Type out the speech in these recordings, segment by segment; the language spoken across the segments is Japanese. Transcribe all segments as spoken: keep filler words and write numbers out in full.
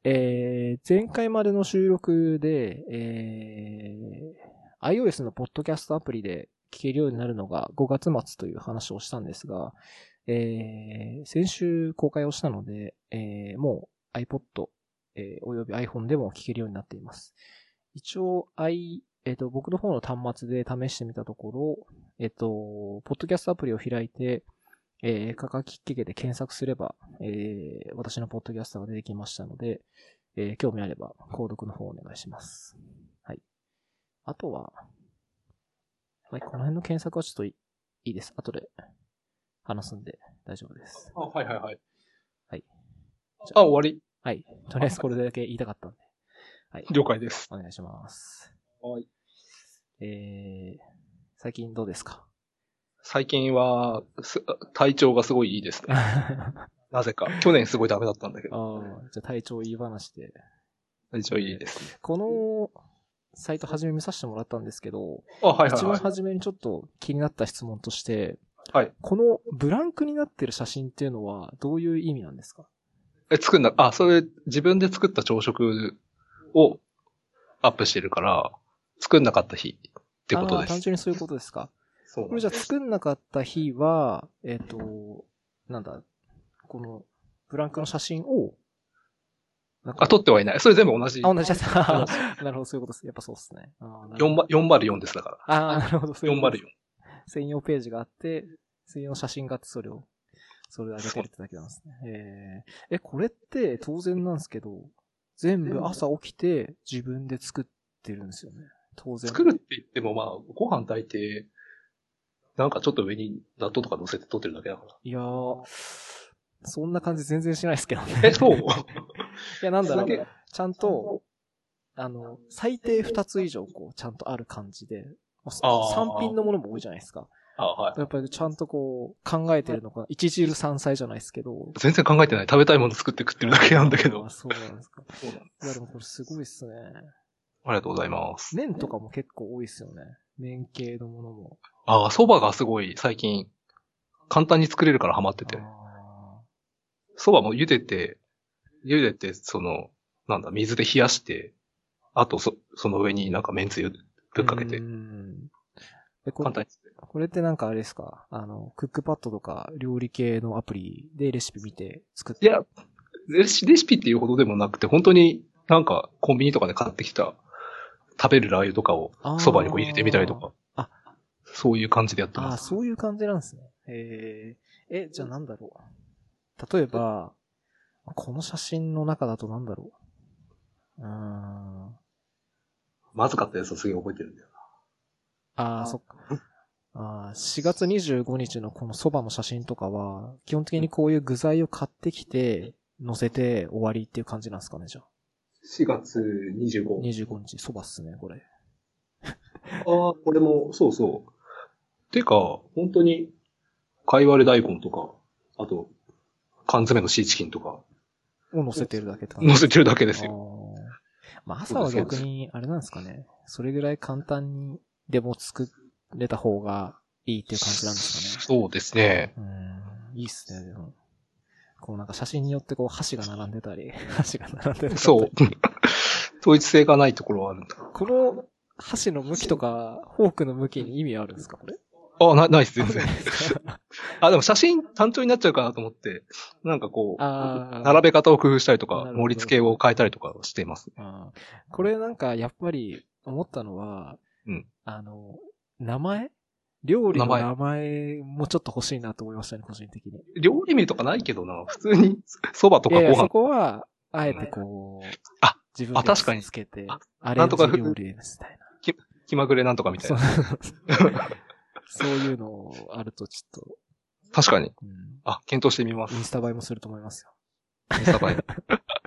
えー、前回までの収録で、えー、iOS のポッドキャストアプリで聞けるようになるのがごがつ末という話をしたんですが、えー、先週公開をしたので、えー、もう iPod、えー、および iPhone でも聞けるようになっています。一応、i、えっと、僕の方の端末で試してみたところ、えっと、ポッドキャストアプリを開いて、えー、かかきっけけで検索すれば、えー、私のポッドキャストが出てきましたので、えー、興味あれば、購読の方お願いします。はい。あとは、はい、この辺の検索はちょっといいです。後で話すんで大丈夫です。 あ、はいはいはい。 はい。 あ、終わり。 はい。とりあえずこれだけ言いたかったんで。はい。 了解です。 お願いします。 はい。 えー、最近どうですか？ 最近は、体調がすごいいいですね。なぜか。去年すごいダメだったんだけど。 ああ、じゃあ体調いい話で。 体調いいですね。 このサイト初め見させてもらったんですけど、 あ、はいはいはい。 一番初めにちょっと気になった質問として、 はい。 このブランクになってる写真っていうのはどういう意味なんですか？ え、作んな、あ、それ自分で作った朝食をアップしてるから、作んなかった日ってことです。 ああ、単純にそういうことですか。 そうこれじゃあ作んなかった日は、えっと、なんだ、このブランクの写真を、 なんかあ、撮ってはいない。それ全部同じ。 あ、同じです。なるほど、そういうことです。やっぱそうですね。 よんまるよんですだから。 ああ、なるほど、そういうことです。 よんまるよん。 専用ページがあって、専用写真があって、それを、それで上げてるってだけなんですね。えー、え、これって当然なんですけど、全部朝起きて自分で作ってるんですよね。当然。 作るって言ってもまあ、ご飯炊いて、なんかちょっと上に納豆とか乗せて撮ってるだけだから。 いやー、そんな感じ全然しないですけどね。 え、そういや、なんだろう。ちゃんと、あの、最低二つ以上、こう、ちゃんとある感じで、三品のものも多いじゃないですか。 あはい。 やっぱりちゃんとこう、考えてるのか、一汁三菜じゃないですけど。 全然考えてない。食べたいもの作って食ってるだけなんだけど。 あ、そうなんですか。そうなんです。いや、でもこれすごいっすね。 ありがとうございます。 麺とかも結構多いっすよね。麺系のものも。 ああ、蕎麦がすごい最近、簡単に作れるからハマってて。蕎麦も茹でて、茹でて、その、なんだ、水で冷やして、あとそ、その上になんか麺つゆぶっかけて。 うんえこ簡単に。 これってなんかあれですか？あの、クックパッドとか料理系のアプリでレシピ見て作って。 いや、レシレシピっていうほどでもなくて、本当になんかコンビニとかで買ってきた食べるラー油とかを蕎麦にこう入れてみたりとか。あ、そういう感じでやってます。 あ、そういう感じなんですね。へえ。え、じゃあなんだろう。例えば、この写真の中だとなんだろう。うーん。 まずかったやつをすげえ覚えてるんだよな。ああ、そっか。あしがつにじゅうごにちのこの蕎麦の写真とかは、基本的にこういう具材を買ってきて、乗せて終わりっていう感じなんですかね、じゃあ。 しがつにじゅうご。 にじゅうごにち、蕎麦っすね、これ。 ああ、これも、そうそう。てか、本当に、貝割れ大根とか、あと、缶詰のシーチキンとか。 を乗せてるだけって感じ。 乗せてるだけですよ。 まあ、朝は逆に、あれなんですかね。それぐらい簡単にでも作れた方がいいっていう感じなんですかね。 そうですね。 うん、いいっすね、でも。こうなんか写真によってこう箸が並んでたり、箸が並んでたり。 そう。統一性がないところはあるんだ。 この箸の向きとか、フォークの向きに意味あるんですか、これ？ あ、な、ないです、全然。あ、でも写真単調になっちゃうかなと思って、なんかこう、並べ方を工夫したりとか、盛り付けを変えたりとかしています、ね。 あこれなんかやっぱり思ったのは、 うん、 あの、名前料理の名前もちょっと欲しいなと思いましたね、個人的に。 料理名とかないけどな、普通に蕎麦とかご飯。いやいやそこは、あえてこう、 あ、 自分でつけて、アレンジ料理みたいな。 気, 気まぐれなんとかみたいな。 そういうのあるとちょっと。 確かに。うん、あ、検討してみます。 インスタ映えもすると思いますよ。 インスタ映え。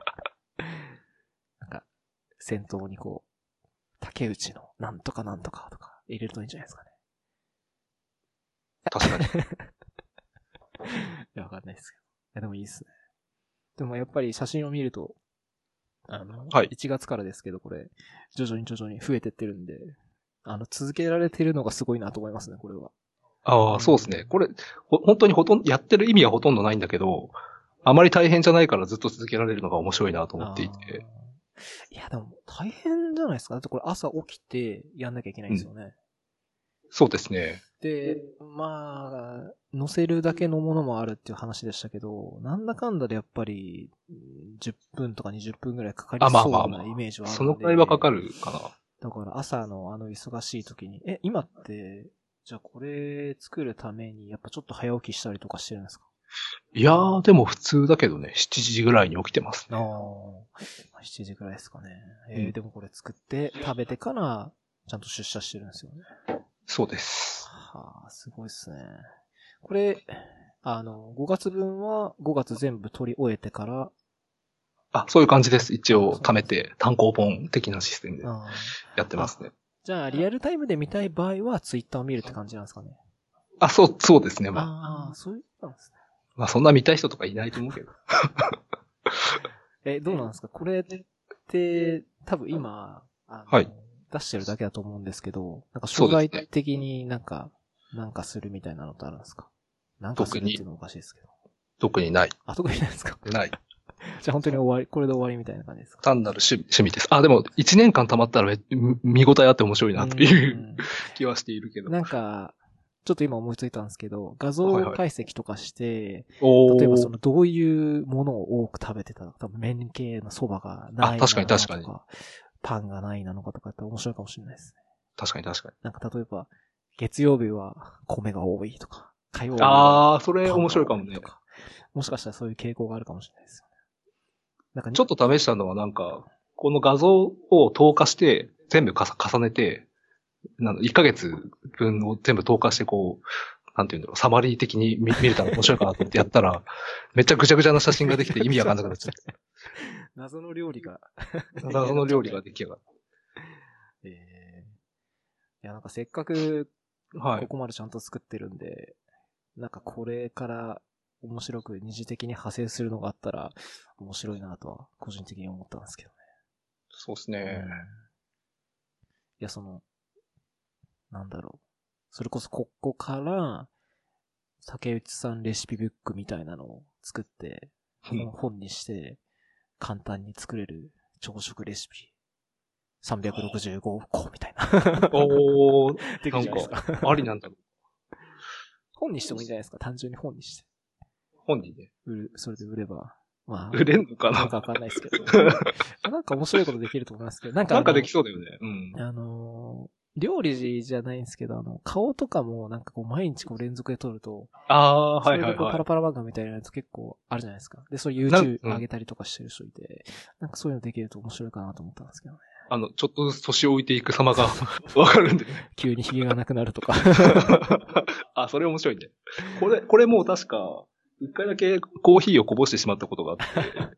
なんか、先頭にこう、竹内のなんとかなんとかとか入れるといいんじゃないですかね。 確かに。いや、わかんないですけど。いや、でもいいっすね。でもやっぱり写真を見ると、あの、はい、いちがつからですけど、これ、徐々に徐々に増えてってるんで、あの、続けられてるのがすごいなと思いますね、これは。 ああ、そうですね。これ、ほ、本当にほとんど、やってる意味はほとんどないんだけど、 あまり大変じゃないからずっと続けられるのが面白いなと思っていて。 いや、でも大変じゃないですか。だってこれ朝起きてやんなきゃいけないんですよね。うん、 そうですね。 で、まあ、載せるだけのものもあるっていう話でしたけど、なんだかんだでやっぱりじゅっぷんとかにじゅっぷんぐらいかかりそうなイメージはあるんで。 そのくらいはかかるかな。 だから朝のあの忙しい時に、え、今って、じゃあこれ作るためにやっぱちょっと早起きしたりとかしてるんですか？ いやー、でも普通だけどね、しちじぐらいに起きてますね。 ああ、しちじぐらいですかね。えーうん、でもこれ作って食べてからちゃんと出社してるんですよね。 そうです。 はあ、すごいですね。これ、あの、ごがつぶんはごがつ全部取り終えてから、 あ、そういう感じです。一応貯めて単行本的なシステムでやってますね。 じゃあ、リアルタイムで見たい場合はツイッターを見るって感じなんですかね。 あ、そう、そうですね。まあ。 ああ、そういうことなんですね。 まあそんな見たい人とかいないと思うけど。 え、どうなんですかこれって、多分今、あのはい、 出してるだけだと思うんですけど、なんか将来的になんか、なんかするみたいなのってあるんですか？なんかするっていうのもおかしいですけど。 特にない。 あ、特にないですか？ ない。 じゃあ本当に終わり、これで終わりみたいな感じですか？ 単なる趣味、趣味です。あ、でもいちねんかん溜まったらめ見応えあって面白いなという気はしているけど。 なんか、ちょっと今思いついたんですけど、画像解析とかして、 はいはい、 例えばそのどういうものを多く食べてたのか、多分麺系の蕎麦がないなのかとか、 確かに確かにパンがないなのかとかって面白いかもしれないですね。 確かに確かに。 なんか例えば、月曜日は米が多いとか、火曜日はああ、それ面白いかもね。 もしかしたらそういう傾向があるかもしれないですよね。 なんかちょっと試したのはなんか、この画像を投下して、全部重ねて、いっかげつぶんを全部投下してこう、なんていうんだろう、サマリー的に見見れたら面白いかなと思ってやったら、めっちゃぐちゃぐちゃな写真ができて意味わかんなくなっちゃって。 謎の料理が。 謎の料理が出来上がる。 ええー。いや、なんかせっかく、ここまでちゃんと作ってるんで、はい、なんかこれから面白く二次的に派生するのがあったら面白いなとは個人的に思ったんですけどね。 そうですね、うん。いや、その、なんだろう。それこそここから、竹内さんレシピブックみたいなのを作って、本にして、簡単に作れる朝食レシピ。さんびゃくろくじゅうごこみたいな。 おー、 できるじゃないですか。 ありなんだろう。 本にしてもいいんじゃないですか。単純に本にして。 本にね。 売る、それで売れば。まあ。 売れんのかな？ なんかわかんないですけど。なんか面白いことできると思いますけど。なんか。 なんかできそうだよね。うん。 あのー、料理じゃないんですけど、あの、顔とかもなんかこう毎日こう連続で撮ると。 ああ、はいはいはい。 それでこうパラパラ漫画みたいなやつ結構あるじゃないですか。で、そういう YouTube 上げたりとかしてる人いて、なんかそういうのできると面白いかなと思ったんですけどね。 あの、ちょっとずつ年を置いていく様がわかるんでね。 急に髭がなくなるとか。 あ、それ面白いね。これ、これもう確か、一回だけコーヒーをこぼしてしまったことがあって。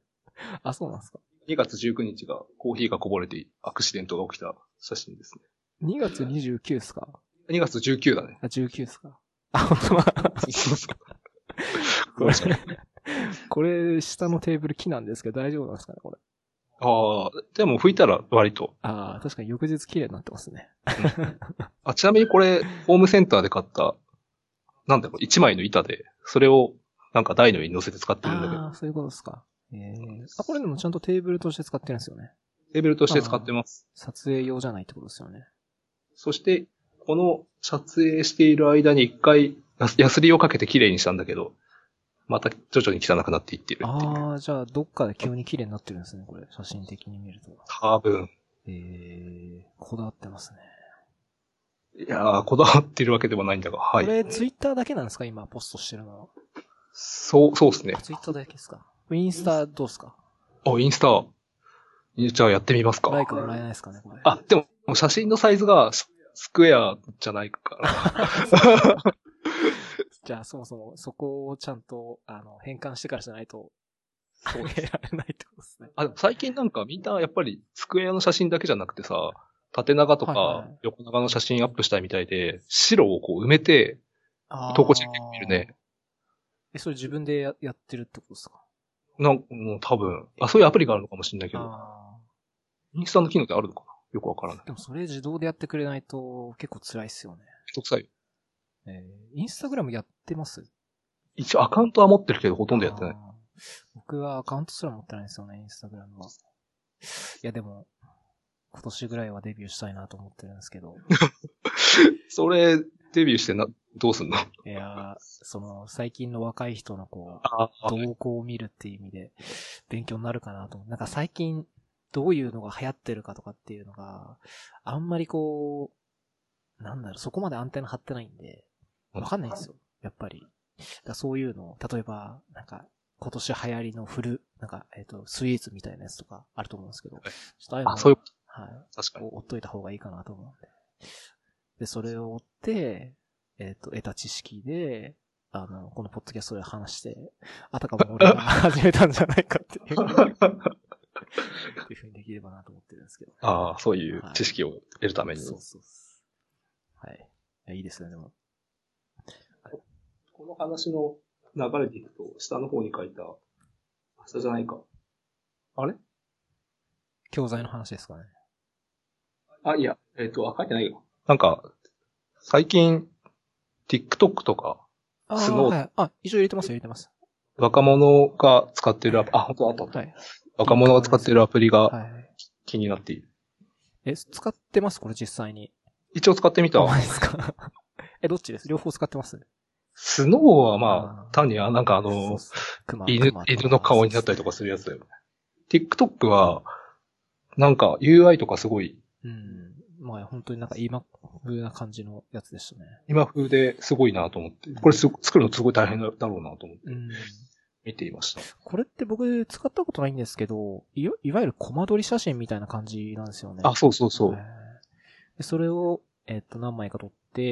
あ、そうなんですか。 にがつじゅうくにちがコーヒーがこぼれてアクシデントが起きた写真ですね。 にがつにじゅうくですか？ に 月じゅうくだね。 あ、じゅうくですか？あ、本当だ。 そうそう。 これ、これ下のテーブル木なんですけど大丈夫なんですかねこれ。 ああ、でも拭いたら割と。 ああ、確かに翌日綺麗になってますね。 うん、あ、ちなみにこれ、ホームセンターで買った、なんだろう、一枚の板で、それをなんか台の上に乗せて使ってるんだけど。 ああ、そういうことですか。ええー。あ、これでもちゃんとテーブルとして使ってるんですよね。 テーブルとして使ってます。 撮影用じゃないってことですよね。 そして、この撮影している間に一回、ヤスリをかけて綺麗にしたんだけど、また徐々に汚くなっていってるっていう。 ああ、じゃあどっかで急に綺麗になってるんですね、これ。写真的に見ると。 多分。 ええー、こだわってますね。 いやー、こだわってるわけではないんだが、はい。 これ、ツイッターだけなんですか今、ポストしてるのは。 そう、そうですね。 ツイッターだけですか？インスタどうですか？ あ、インスタ。じゃあやってみますか。 ライクもらえないですかね、これ。 あ、でも、写真のサイズがスクエアじゃないから。 じゃあ、そもそも、そこをちゃんと、あの、変換してからじゃないと、そうげられないってことですね。 あ、でも最近なんかみんなやっぱりスクエアの写真だけじゃなくてさ、縦長とか横長の写真アップしたいみたいで、はいはい、白をこう埋めて、投稿してる人いるね。 え、それ自分で や, やってるってことですか？ なん、もう多分。あ、そういうアプリがあるのかもしれないけど。インスタの機能ってあるのかな？よくわからない。 でもそれ自動でやってくれないと結構辛いっすよね。 めんどくさい。 えー、インスタグラムやってます？ 一応アカウントは持ってるけどほとんどやってない。 僕はアカウントすら持ってないんですよね、インスタグラムは。いやでも、今年ぐらいはデビューしたいなと思ってるんですけど。 それ、デビューしてな、どうすんの？ いや、その、最近の若い人のこあう、動向を見るっていう意味で、勉強になるかなと思う。なんか最近、どういうのが流行ってるかとかっていうのが、あんまりこう、なんだろう、そこまでアンテナ張ってないんで、わかんないんですよ。やっぱり。だそういうのを、例えば、なんか、今年流行りのフル、なんか、えっ、と、スイーツみたいなやつとかあると思うんですけど、ちょっとああいうのあ、そういう、 はい。 確かに。 追っといた方がいいかなと思うんで。で、それを追って、えっ、と、得た知識で、あの、このポッドキャストで話して、あたかも俺が始めたんじゃないかっていう。っていうふうにできればなと思ってるんですけど、ね。 ああ、そういう知識を得るために。 はい、そうそうそう。はい。いや、いいですね、でも。 この話の流れでいくと、下の方に書いた、下じゃないか。あれ教材の話ですかね。 あ、いや、えっ、と、あ、書いてないよ。なんか、最近、TikTok とか、 ああ、 スノー、 はい。あ、一応入れてますよ、入れてます。 若者が使ってるアプリ、あ、本当だったあった。はい。若者が使ってるアプリが気になっている。 え、使ってますこれ実際に。 一応使ってみた。 あ、マジですか。え、どっちです両方使ってますスノーはまあ、単に、あ、なんかあの、そうそう犬、犬の顔になったりとかするやつだよね。TikTok は、なんか ユーアイ とかすごい。 うん。まあ本当になんか今風な感じのやつでしたね。 今風ですごいなと思って。これす作るのすごい大変だろうなと思って。うん。見ていました。 これって僕使ったことないんですけど、いわ、いわゆるコマ撮り写真みたいな感じなんですよね。 あ、そうそうそう。 でそれを、えっと、何枚か撮って、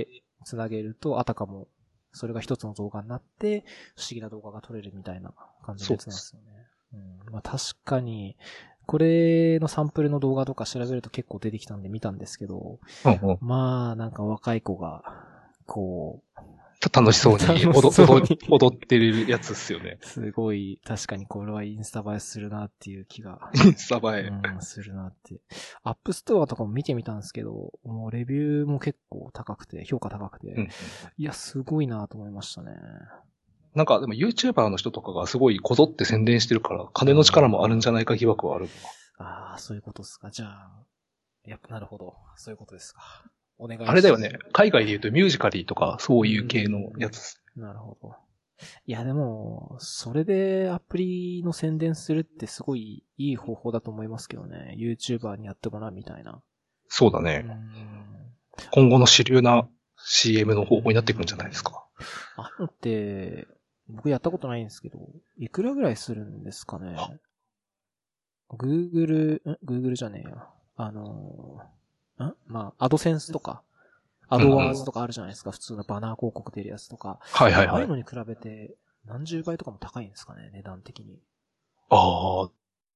つなげると、あたかも、それが一つの動画になって、不思議な動画が撮れるみたいな感じのやつなんですよね。うん、まあ確かに、これのサンプルの動画とか調べると結構出てきたんで見たんですけど、うんうん、まあなんか若い子が、こう、 楽しそうに踊踊踊ってるやつっすよね。 すごい、確かにこれはインスタ映えするなっていう気が。 インスタ映え、 うん、するなって。アップストアとかも見てみたんですけど、もうレビューも結構高くて、評価高くて、うん、いや、すごいなと思いましたね。 なんかでも YouTuber の人とかがすごいこぞって宣伝してるから、金の力もあるんじゃないか疑惑はある。 ああ、そういうことですか。じゃあ、やっぱなるほど。そういうことですか。お願いします。 あれだよね。海外で言うとミュージカリーとかそういう系のやつ。 うん、なるほど。いやでも、それでアプリの宣伝するってすごいいい方法だと思いますけどね。YouTuber にやってもらうみたいな。 そうだね。今後の主流な シーエム の方法になってくるんじゃないですか。 あのって、僕やったことないんですけど、いくらぐらいするんですかね。Google、ん Google じゃねえや。あのー、んまあ、アドセンスとか、アドワーズとかあるじゃないですか。うんうん、普通のバナー広告出るやつとか。 はいはいはい。 ああいうのに比べて何十倍とかも高いんですかね、値段的に。 あ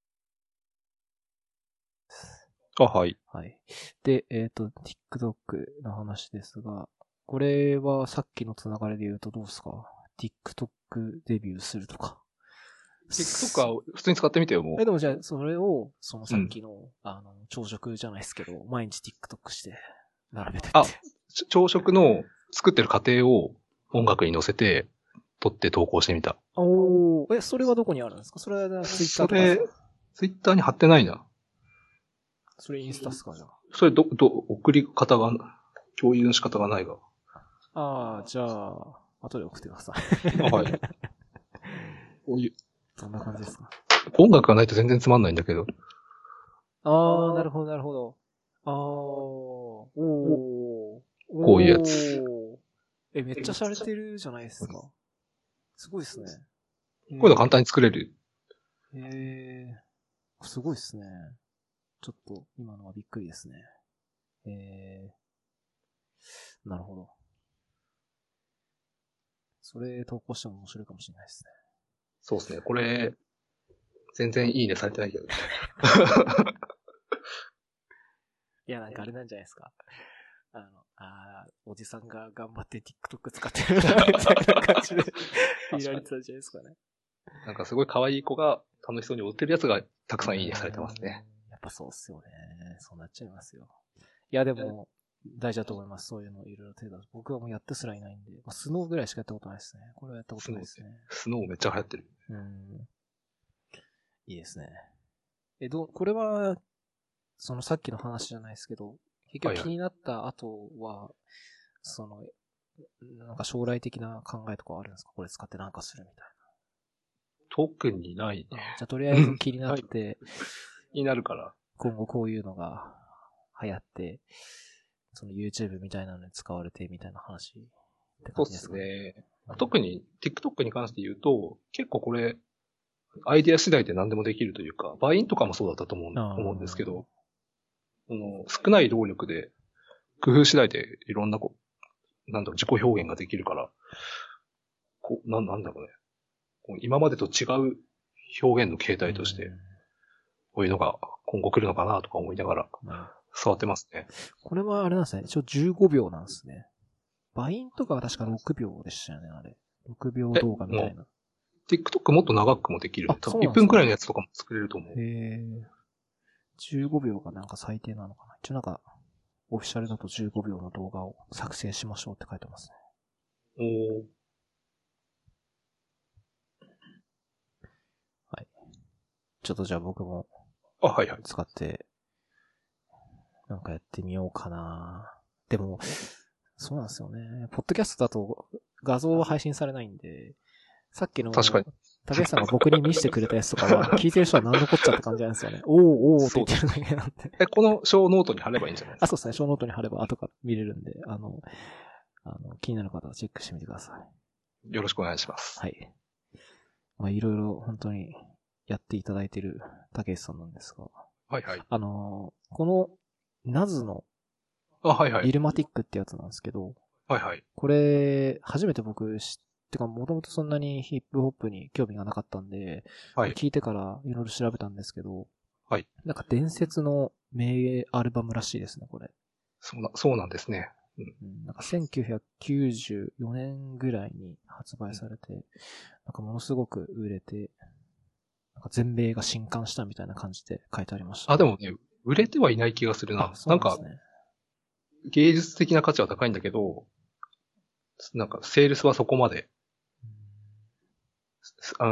あ。あ、はい。 はい。で、えっと、TikTok の話ですが、これはさっきのつながりで言うとどうですか ?TikTok デビューするとか。 TikTok は普通に使ってみてよ、もう。 え、でもじゃあ、それを、そのさっきの、うん、あの、朝食じゃないですけど、毎日 TikTok して、並べてって。 あ、朝食の作ってる過程を音楽に乗せて、撮って投稿してみた。 おー、え、それはどこにあるんですか？それはツイッターとかですか？ それ、ツイッターに貼ってないな。 それインスタっすか、じゃあ。 それど、ど、送り方が、共有の仕方がないが。 ああ、じゃあ、後で送ってください。 あ、はい。こういう。 どんな感じですか？ 音楽がないと全然つまんないんだけど。 ああ、なるほど、なるほど。ああ、おー。 こういうやつ。 え、めっちゃ洒落てるじゃないですか。すごいですね。 こういうの簡単に作れる。 へえー、すごいですね。ちょっと、今のはびっくりですね。えー、なるほど。それ投稿しても面白いかもしれないですね。 そうですね。これ、全然いいねされてないけど。 いや、なんかあれなんじゃないですか。あの、あおじさんが頑張って TikTok 使ってるな、みたいな感じで見られてたんじゃないですかね。 なんかすごい可愛い子が楽しそうに踊ってるやつがたくさんいいねされてますね。 やっぱそうっすよね。そうなっちゃいますよ。いや、でも、大事だと思います。そういうのいろいろ手出す。僕はもうやってすらいないんで、まあ、スノーぐらいしかやったことないですね。これはやったことないですね。 スノーめっちゃ流行ってる。 うん。 いいですね。え、ど、これは、そのさっきの話じゃないですけど、結局気になった後は、はいはい、その、なんか将来的な考えとかあるんですか？これ使ってなんかするみたいな。 特にないね。 じゃあとりあえず気になって、 気になるから。 今後こういうのが流行って、その YouTube みたいなのに使われてみたいな話って感じですかね。そうですね。 特に TikTok に関して言うと、結構これ、アイデア次第で何でもできるというか、バインとかもそうだったと思う思うんですけど、この少ない労力で、工夫次第でいろんなこう、なんだろう、自己表現ができるから、こう、なんなんだろうね。こう今までと違う表現の形態として、こういうのが今後来るのかなとか思いながら、触ってますね。 これはあれなんですね。一応じゅうごびょうなんですね。バインとかは確かろくびょうでしたよね、あれ。ろくびょう動画みたいな。 TikTok もっと長くもできる。多分いっぷんくらいのやつとかも作れると思う。 へー。じゅうごびょうがなんか最低なのかな。一応なんか、オフィシャルだとじゅうごびょうの動画を作成しましょうって書いてますね。おー。 はい。ちょっとじゃあ僕も、 あ、はいはい。 使って、なんかやってみようかな。でも、そうなんですよね。ポッドキャストだと画像は配信されないんで、さっきの、 確かに。 竹内さんが僕に見せてくれたやつとかは、聞いてる人は何のこっちゃって感じなんですよね。おーおーって言ってるだけなんで。 え、この小ノートに貼ればいいんじゃないですか？ あ、そうですね。小ノートに貼れば後から見れるんで、あの、あの、気になる方はチェックしてみてください。よろしくお願いします。 はい。まあ、いろいろ本当にやっていただいている竹内さんなんですが。 はいはい。 あの、この、ナズの、 あ、はいはい。 イルマティックってやつなんですけど、 はいはい。 これ、初めて僕知って、てか、もともとそんなにヒップホップに興味がなかったんで、はい、聞いてからいろいろ調べたんですけど、 はい。 なんか伝説の名アルバムらしいですね、これ。 そうな、そうなんですね。 うん、なんかせんきゅうひゃくきゅうじゅうよねんぐらいに発売されて、うん、なんかものすごく売れて、なんか全米が震撼したみたいな感じで書いてありました、 ね。あ、でもね、売れてはいない気がするな。 そうなんですね。 なんか、芸術的な価値は高いんだけど、なんか、セールスはそこまで、うん、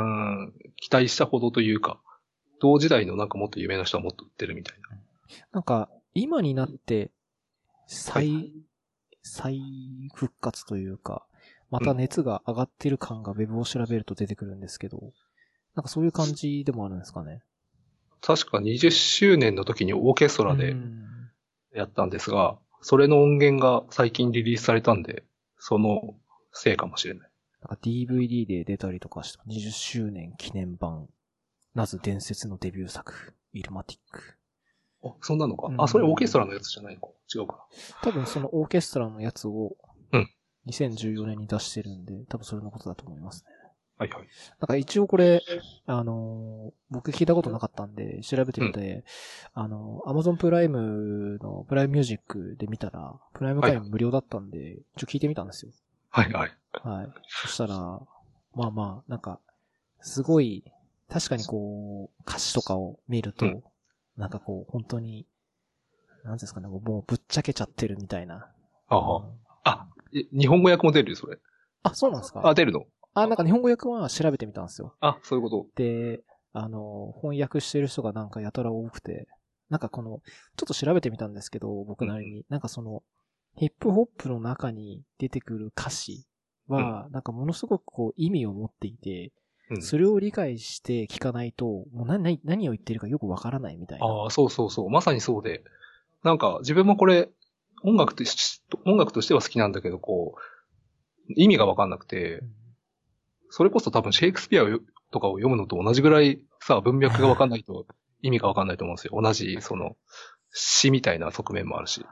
期待したほどというか、同時代のなんかもっと有名な人はもっと売ってるみたいな。 なんか、今になって、再、はい、再復活というか、また熱が上がってる感がウェブを調べると出てくるんですけど、うん、なんかそういう感じでもあるんですかね。 確かにじゅっしゅうねんの時にオーケストラでやったんですが、それの音源が最近リリースされたんで、そのせいかもしれない。 なんか ディーブイディー で出たりとかして、にじゅっしゅうねん記念版、ナズ伝説のデビュー作、イルマティック。 あ、そんなのか。うん、あ、それオーケストラのやつじゃないのか。違うかな。 多分そのオーケストラのやつを、 うん。 にせんじゅうよねんに出してるんで、多分それのことだと思いますね。 はいはい。 なんか一応これ、あのー、僕聞いたことなかったんで、調べてみて、うん、あの、Amazon プライムのプライムミュージックで見たら、プライム会員無料だったんで、はい、ちょっと聞いてみたんですよ。 はいはい。 はい。そしたら、まあまあ、なんか、すごい、確かにこう、歌詞とかを見ると、うん、なんかこう、本当に、なんですかね、もうぶっちゃけちゃってるみたいな。 ああ、うん、あ、日本語訳も出るよ、それ。 あ、そうなんですか？ あ、出るの？ あ、なんか日本語訳は調べてみたんですよ。 あ、そういうこと。 で、あの、翻訳してる人がなんかやたら多くて、なんかこの、ちょっと調べてみたんですけど、僕なりに、うん、なんかその、ヒップホップの中に出てくる歌詞は、うん、なんかものすごくこう意味を持っていて、うん、それを理解して聞かないと、もう何、何を言ってるかよくわからないみたいな。 ああ、そうそうそう。まさにそうで。なんか自分もこれ、音楽とし、音楽としては好きなんだけど、こう、意味がわかんなくて、うん、それこそ多分シェイクスピアとかを読むのと同じぐらいさ、文脈がわかんないと意味がわかんないと思うんですよ。同じ、その、詩みたいな側面もあるし。はい、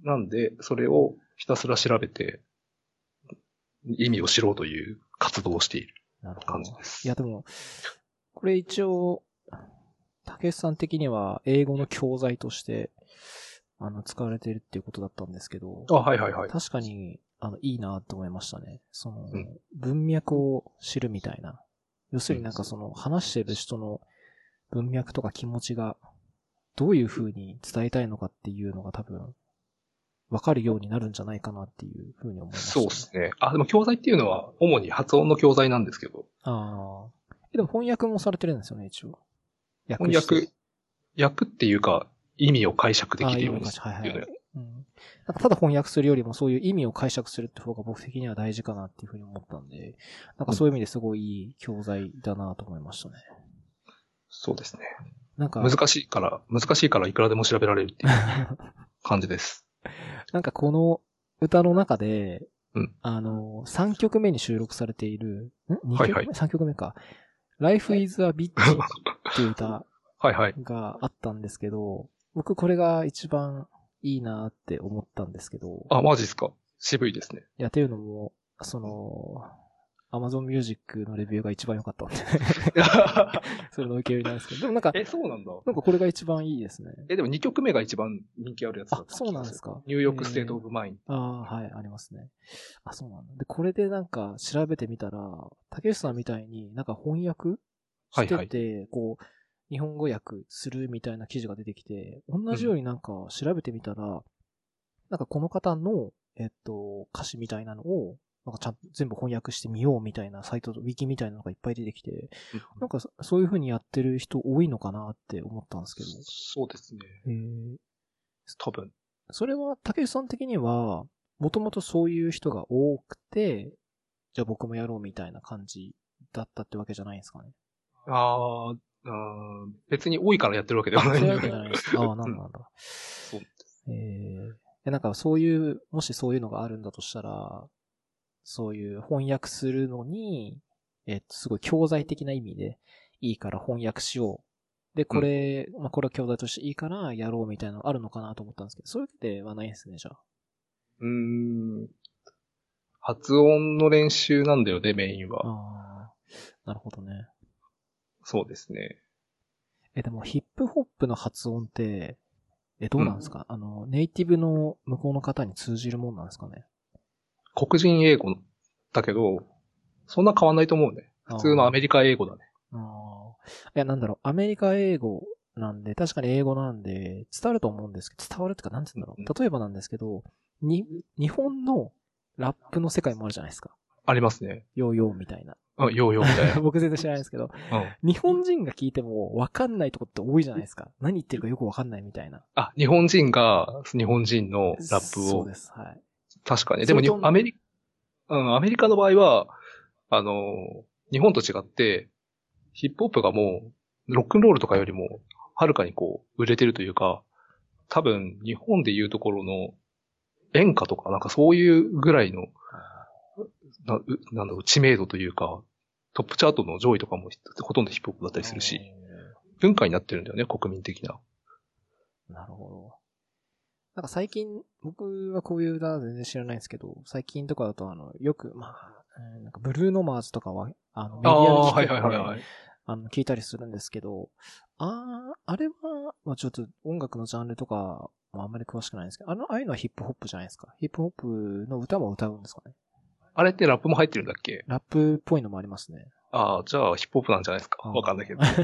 なんで、それをひたすら調べて、意味を知ろうという活動をしている感じです。 いやでも、これ一応、竹内さん的には英語の教材として、あの、使われているっていうことだったんですけど、 あ、はいはいはい。 確かに、あの、いいなと思いましたね。その、うん、文脈を知るみたいな。要するになんかその、話してる人の文脈とか気持ちが、どういう風に伝えたいのかっていうのが多分、わかるようになるんじゃないかなっていう風に思いました、ね。 そうですね。あ、でも教材っていうのは、主に発音の教材なんですけど。 ああ。 えでも翻訳もされてるんですよね、一応。 翻訳、訳っていうか、意味を解釈できるようにするっていうのよ。 うん。なんかただ翻訳するよりもそういう意味を解釈するって方が僕的には大事かなっていうふうに思ったんで、なんかそういう意味ですごいいい教材だなと思いましたね。 そうですね。 なんか難しいから、難しいからいくらでも調べられるっていう感じです。 なんかこの歌の中で、 うん、 あの、さんきょくめに収録されている、ん ?に 曲目、 はいはい、 さんきょくめか。Life is a Bitch っていう歌はいはい。 があったんですけど、僕これが一番いいなって思ったんですけど。 あ、マジっすか。渋いですね。 いや、っていうのも、その、Amazon Music のレビューが一番良かったんでそれの受け売りなんですけど。でもなんか、 え、そうなんだ。 なんかこれが一番いいですね。 え、でもにきょくめが一番人気あるやつだった。 あ、そうなんですか。 ニューヨークステートオブマインド。 ああ、はい、ありますね。あ、そうなんだ。で、これでなんか調べてみたら、竹内さんみたいになんか翻訳してて、はいはい、こう、日本語訳するみたいな記事が出てきて、同じようになんか調べてみたら、うん、なんかこの方の、えっと、歌詞みたいなのを、なんかちゃんと全部翻訳してみようみたいなサイト、ウィキみたいなのがいっぱい出てきて、なんかそういう風にやってる人多いのかなって思ったんですけど。 そうですね。 へー、 多分。 それは竹内さん的には、もともとそういう人が多くて、じゃあ僕もやろうみたいな感じだったってわけじゃないんですかね。 ああ、別に多いからやってるわけではないんだよね。 そういうわけじゃないですか。ああ、なんなんだ。そうです。えー、なんかそういう、もしそういうのがあるんだとしたら、そういう翻訳するのに、えっと、すごい教材的な意味でいいから翻訳しよう。で、これ、うん、まあ、これは教材としていいからやろうみたいなのあるのかなと思ったんですけど、そういうわけではないですね、じゃあ。 うーん。発音の練習なんだよね、メインは。 ああ、なるほどね。 そうですね。 え、でもヒップホップの発音って、え、どうなんですか、うん、あの、ネイティブの向こうの方に通じるもんなんですかね。 黒人英語だけど、そんな変わんないと思うね。普通のアメリカ英語だね。 ああ。いや、なんだろう、アメリカ英語なんで、確かに英語なんで、伝わると思うんですけど、伝わるってか、なんて言うんだろう。うん、例えばなんですけど、に、日本のラップの世界もあるじゃないですか。 ありますね。 ヨーヨーみたいな。 あ、ヨーヨーみたいな。 僕全然知らないですけど、うん、日本人が聞いても分かんないとこって多いじゃないですか。何言ってるかよく分かんないみたいな。 あ、日本人が日本人のラップを。 そうです。はい。 確かに。でもアメリカ、うん、アメリカの場合は、あの、日本と違って、ヒップホップがもう、ロックンロールとかよりも、はるかにこう、売れてるというか、多分、日本でいうところの、演歌とか、なんかそういうぐらいの、な、なんだろう、知名度というか、トップチャートの上位とかもほとんどヒップホップだったりするし、文化になってるんだよね、国民的な。 なるほど。なんか最近、僕はこういう歌は全然知らないんですけど、最近とかだとあの、よく、まあ、なんかブルーノマーズとかは、あの、メディアで聞くので、あの、聞いたりするんですけど、ああ、あれは、まあちょっと音楽のジャンルとか、まああんまり詳しくないんですけど、あの、ああいうのはヒップホップじゃないですか。ヒップホップの歌も歌うんですかね。 あれってラップも入ってるんだっけ？ ラップっぽいのもありますね。 ああ、じゃあヒップホップなんじゃないですか。わかんないけど。い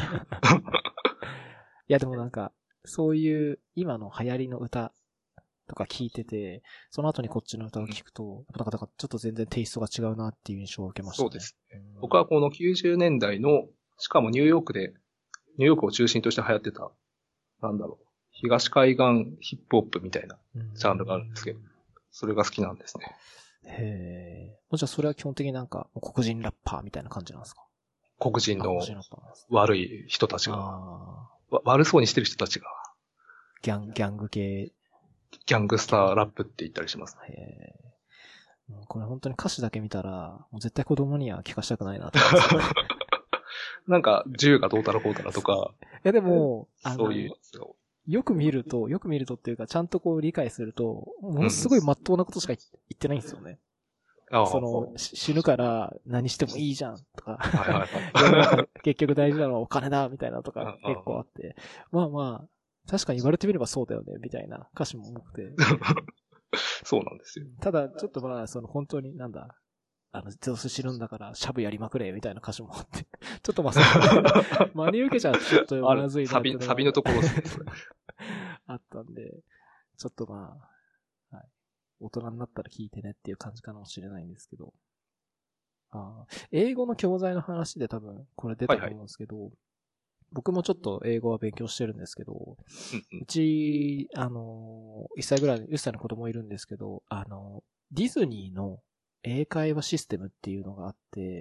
やでもなんか、そういう今の流行りの歌とか聞いてて、その後にこっちの歌を聞くと、うん、なんかちょっと全然テイストが違うなっていう印象を受けましたね。 そうですね。うん、僕はこのきゅうじゅうねんだいの、しかもニューヨークで、ニューヨークを中心として流行ってた、なんだろう、東海岸ヒップホップみたいなジャンルがあるんですけど、それが好きなんですね。 へえ。じゃあそれは基本的になんか黒人ラッパーみたいな感じなんですか？ 黒人の悪い人たちが、悪そうにしてる人たちが、 ギャン、ギャング系。 ギャングスターラップって言ったりします。 へえ。これ本当に歌詞だけ見たら、もう絶対子供には聞かしたくないなと思います、ね。 なんか、銃がどうたらこうたらとか。 いやでも、 そういう。 よく見ると、よく見るとっていうか、ちゃんとこう理解すると、ものすごい真っ当なことしか言ってないんですよね。うん、その、死ぬから何してもいいじゃんとか、はいはいはい、結局大事なのはお金だみたいなとか結構あって、まあまあ、確かに言われてみればそうだよね、みたいな歌詞も多くて。 そうなんですよ。 ただ、ちょっとまあ、その本当になんだ、あの、どうせ死ぬんだから、シャブやりまくれ、みたいな歌詞もあって。ちょっとまあ、その真に受けちゃうとちょっとまずいなサビ、サビのところですね。 あったんで、ちょっとまあ、はい。大人になったら聞いてねっていう感じかもしれないんですけど。 あ英語の教材の話で多分これ出たと思うんですけど、はいはい、僕もちょっと英語は勉強してるんですけど、 うんうん、 うち、あの、いっさいぐらい、いっさいの子供いるんですけど、あの、ディズニーの英会話システムっていうのがあって、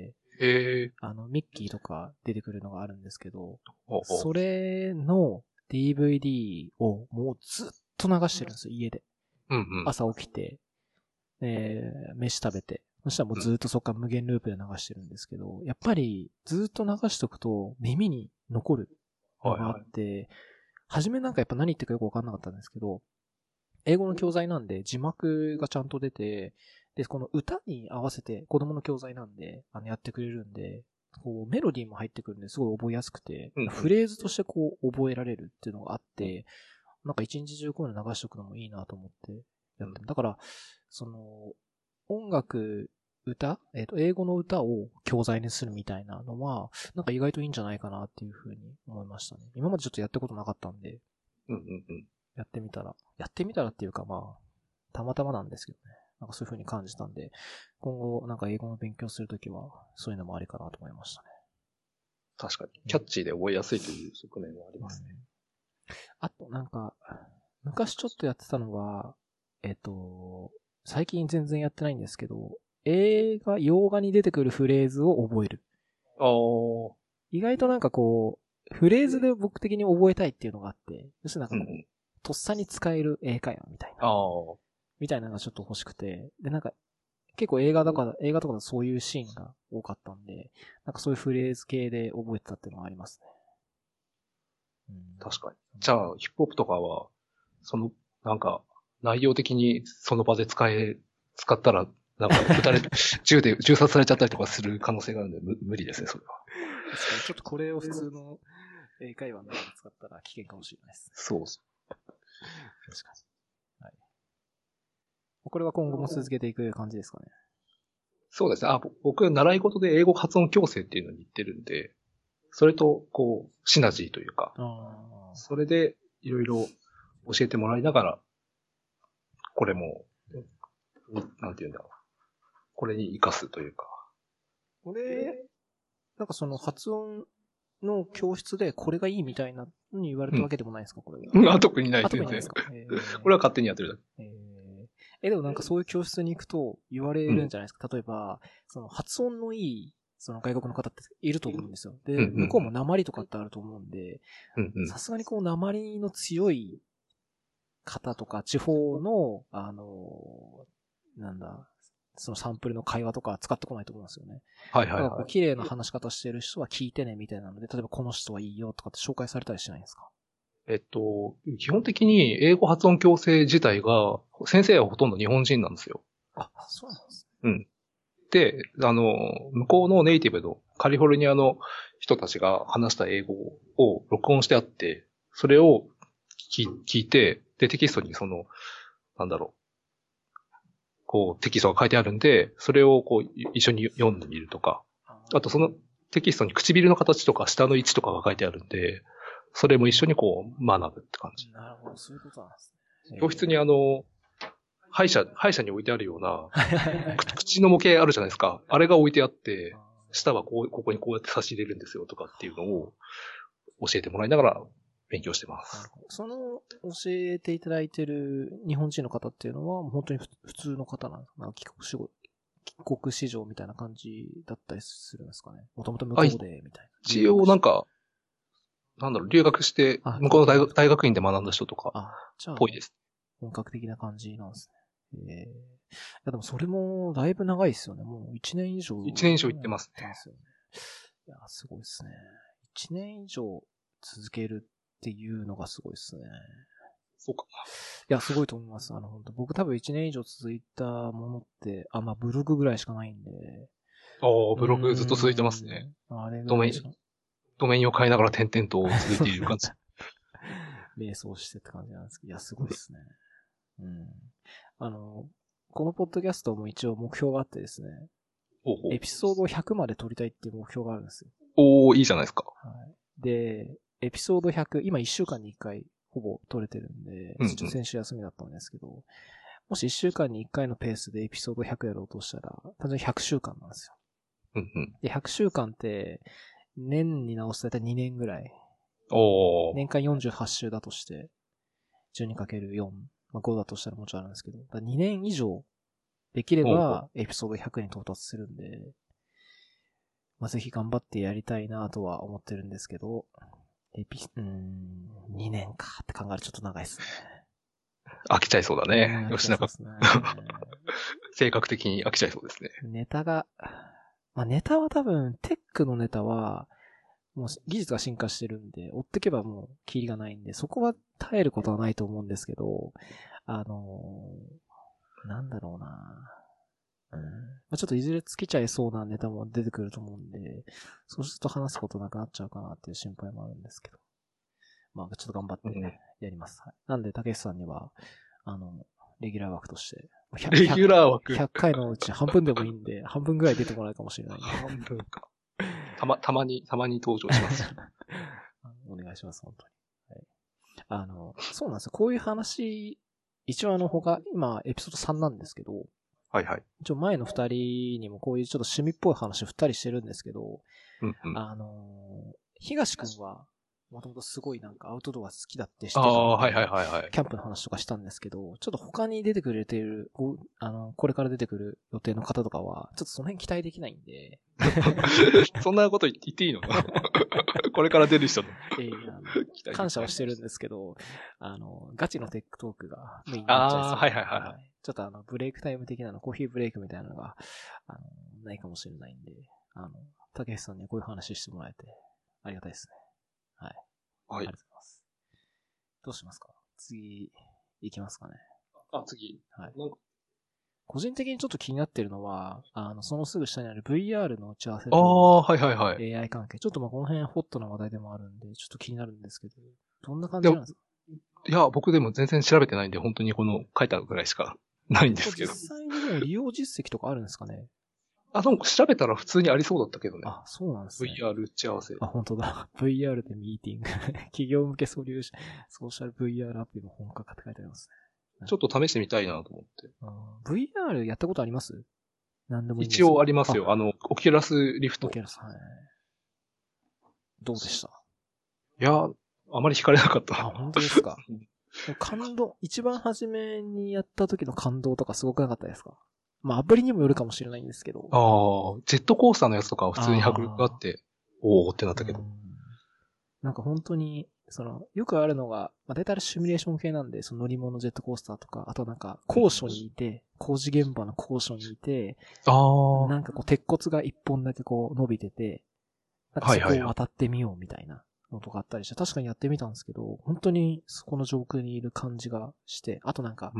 へあの、ミッキーとか出てくるのがあるんですけど、 おうおうそれの ディーブイディー をもうずっと流してるんですよ、家で。 うんうん、 朝起きて、えー、飯食べて。そしたらもうずっとそっから無限ループで流してるんですけど、やっぱりずっと流しとくと耳に残るのがあって、はいはい、初めなんかやっぱ何言ってるかよくわかんなかったんですけど、英語の教材なんで字幕がちゃんと出て、で、この歌に合わせて子供の教材なんで、あの、やってくれるんで、こう、メロディーも入ってくるんですごい覚えやすくて、うんうん、フレーズとしてこう、覚えられるっていうのがあって、なんか一日中こういうの流しとくのもいいなと思ってやってる。だから、その、音楽、歌えっと、英語の歌を教材にするみたいなのは、なんか意外といいんじゃないかなっていうふうに思いましたね。今までちょっとやったことなかったんで、 うんうんうん、 やってみたら、やってみたらっていうかまあ、たまたまなんですけどね。なんかそういう風に感じたんで、今後なんか英語の勉強するときは、そういうのもありかなと思いましたね。 確かに。キャッチーで覚えやすいという側面はありますね。 うん、あとなんか、昔ちょっとやってたのは、えっと、最近全然やってないんですけど、映画、洋画に出てくるフレーズを覚える。 ああ。 意外となんかこう、フレーズで僕的に覚えたいっていうのがあって、要するになんかこう、うん、とっさに使える英会話みたいな。 ああ。 みたいなのがちょっと欲しくて、で、なんか、結構映画だから、映画とかだとそういうシーンが多かったんで、なんかそういうフレーズ系で覚えてたっていうのがありますね。 うん、確かに。じゃあ、ヒップホップとかは、その、なんか、内容的にその場で使え、使ったら、なんか、撃たれ、銃で、銃殺されちゃったりとかする可能性があるんで、む無理ですね、それは。 確かに、ちょっとこれを普通の英会話の中で使ったら危険かもしれないです。 そうそう。 確かに。はい。これは今後も続けていく感じですかね。 そうですね。あ、僕、習い事で英語発音矯正っていうのに行ってるんで、それと、こう、シナジーというか、それでいろいろ教えてもらいながら、これも、なんていうんだろう。これに活かすというか。 これ、なんかその発音の教室でこれがいいみたいなのに言われたわけでもないですか、うん、これが。あ、特にないですね。 特にないですか。えー、 俺は勝手にやってるだけ。 えー、え、でもなんかそういう教室に行くと言われるんじゃないですか。うん、例えば、その発音のいい、その外国の方っていると思うんですよ。で、うんうんうん、向こうも訛りとかってあると思うんで、さすがにこう訛りの強い方とか、地方の、あの、なんだ、そのサンプルの会話とか使ってこないと思うんですよね。 はいはいはい。 だから綺麗な話し方してる人は聞いてねみたいなので、例えばこの人はいいよとかって紹介されたりしないんですか？ えっと、基本的に英語発音矯正自体が、先生はほとんど日本人なんですよ。 あ、そうなんですね。うん。で、あの、向こうのネイティブのカリフォルニアの人たちが話した英語を録音してあって、それを聞いて、で、テキストにその、なんだろう、こう、テキストが書いてあるんで、それをこう、一緒に読んでみるとか、あとそのテキストに唇の形とか下の位置とかが書いてあるんで、それも一緒にこう、学ぶって感じ。 なるほど、そういうことなんですね。 教室にあの、歯医者、歯医者に置いてあるような、口の模型あるじゃないですか。あれが置いてあって、下はこう、ここにこうやって差し入れるんですよとかっていうのを教えてもらいながら勉強してます。 なるほど。その教えていただいている日本人の方っていうのは本当に普通の方なんですか？帰国子女、帰国子女みたいな感じだったりするんですかね。もともと向こうでみたいな。 一応なんか、なんだろう、留学して、向こうの大学、大学院で学んだ人とか、っぽいです。 本格的な感じなんですね。ええー。いやでもそれもだいぶ長いですよね。もう一年以上。 一年以上行ってますね。 ですよね。いや、すごいですね。一年以上続けるっていうのがすごいですね。 そうか。 いや、すごいと思います。あの、本当僕多分一年以上続いたものって、あ、まあ、ブログぐらいしかないんで。 ああ、ブログずっと続いてますね。あれドメイン、ドメインを変えながら点々と続いている感じ。 瞑想してって感じなんですけど、いや、すごいですね。うん。あの、このポッドキャストも一応目標があってですね。 ほうほう。 エピソードひゃくまで撮りたいっていう目標があるんですよ。 おー、いいじゃないですか。 はい。で、エピソードひゃく、今いっしゅうかんにいっかいほぼ撮れてるんで、うんうん、ちょっと先週休みだったんですけど、もしいっしゅうかんにいっかいのペースでエピソードひゃくやろうとしたら、単純にひゃくしゅうかんなんですよ。 うんうん。 で、ひゃくしゅうかんって、年に直すとだいたいにねんぐらい。 おー。 年間よんじゅうはち週だとして、じゅうにかけるよん、まあ、ごだとしたらもちろんあるんですけど、だからにねん以上できればエピソードひゃくに到達するんで、まあ、ぜひ頑張ってやりたいなとは思ってるんですけど、エピ、うーん、にねんかって考えるとちょっと長いですね。 飽きちゃいそうだね。吉永。 そうですね。 性格的に飽きちゃいそうですね。 ネタが、まあ、ネタは多分、テックのネタは、もう技術が進化してるんで、追ってけばもうキリがないんで、そこは耐えることはないと思うんですけど、あのー、なんだろうな、うん、まあ、ちょっといずれ尽きちゃいそうなネタも出てくると思うんで、そうすると話すことなくなっちゃうかなっていう心配もあるんですけど。まあ、ちょっと頑張ってやります。うん、はい。なんで、竹内さんには、あの、レギュラー枠として、 レギュラー枠ひゃっかいのうち半分でもいいんで、半分ぐらい出てもらうかもしれない、ね。 半分か。たま、たまに、たまに登場します。 お願いします、本当に。はい。あの、そうなんですよ。こういう話、一応あの、他、今、エピソードさんなんですけど、 はいはい。 一応前の二人にもこういうちょっと趣味っぽい話二人してるんですけど、 うんうん、 あの、東くんは、もともとすごいなんかアウトドア好きだって知ってたああ、 ので、 はいはいはいはい。 キャンプの話とかしたんですけど、ちょっと他に出てくれている、あの、これから出てくる予定の方とかは、ちょっとその辺期待できないんで。 そんなこと言っていいのこれから出る人の。 ええー、あの感謝はしてるんですけど、あの、ガチのテックトークがメインになっちゃいそう。 ああ、はいはいはい、はい。 ちょっとあの、ブレイクタイム的なの、コーヒーブレイクみたいなのが、あの、ないかもしれないんで、あの、竹内さんにこういう話してもらえて、ありがたいですね。はい。 はい。ありがとうございます。どうしますか？次、行きますかね。 あ、次。 はい。 なんか個人的にちょっと気になってるのは、あの、そのすぐ下にある ブイアール の打ち合わせと、 ああ、はいはいはい。 エーアイ 関係。ちょっとまあこの辺ホットな話題でもあるんで、ちょっと気になるんですけど、どんな感じなんですか？ いや、僕でも全然調べてないんで、本当にこの書いたぐらいしかないんですけど。 実際にでも利用実績とかあるんですかね？ あ、なんか調べたら普通にありそうだったけどね。 あ、そうなんですね。 ブイアール 打ち合わせ。 あ、本当だ。ブイアール でミーティング。企業向けソリューション、ソーシャル ブイアール アプリの本格化って書いてありますね。 ちょっと試してみたいなと思って。 ブイアール やったことあります？何でもいいんです一応ありますよ。あの、オキュラスリフト。 オキュラス、はい。どうでした？ いや、あまり惹かれなかった。 あ、本当ですか。感動、一番初めにやった時の感動とかすごくなかったですか？まあアプリにもよるかもしれないんですけど。 ああ、ジェットコースターのやつとかは普通に迫力があって、おーってなったけど。 なんか本当に、その、よくあるのが、まあ大体シミュレーション系なんで、その乗り物ジェットコースターとか、あとなんか、高所にいて、工事現場の高所にいて、 ああ。 なんかこう、鉄骨が一本だけこう伸びてて、なんかそこを渡ってみようみたいなのとかあったりして、確かにやってみたんですけど、本当にそこの上空にいる感じがして、あとなんか、 うんうん、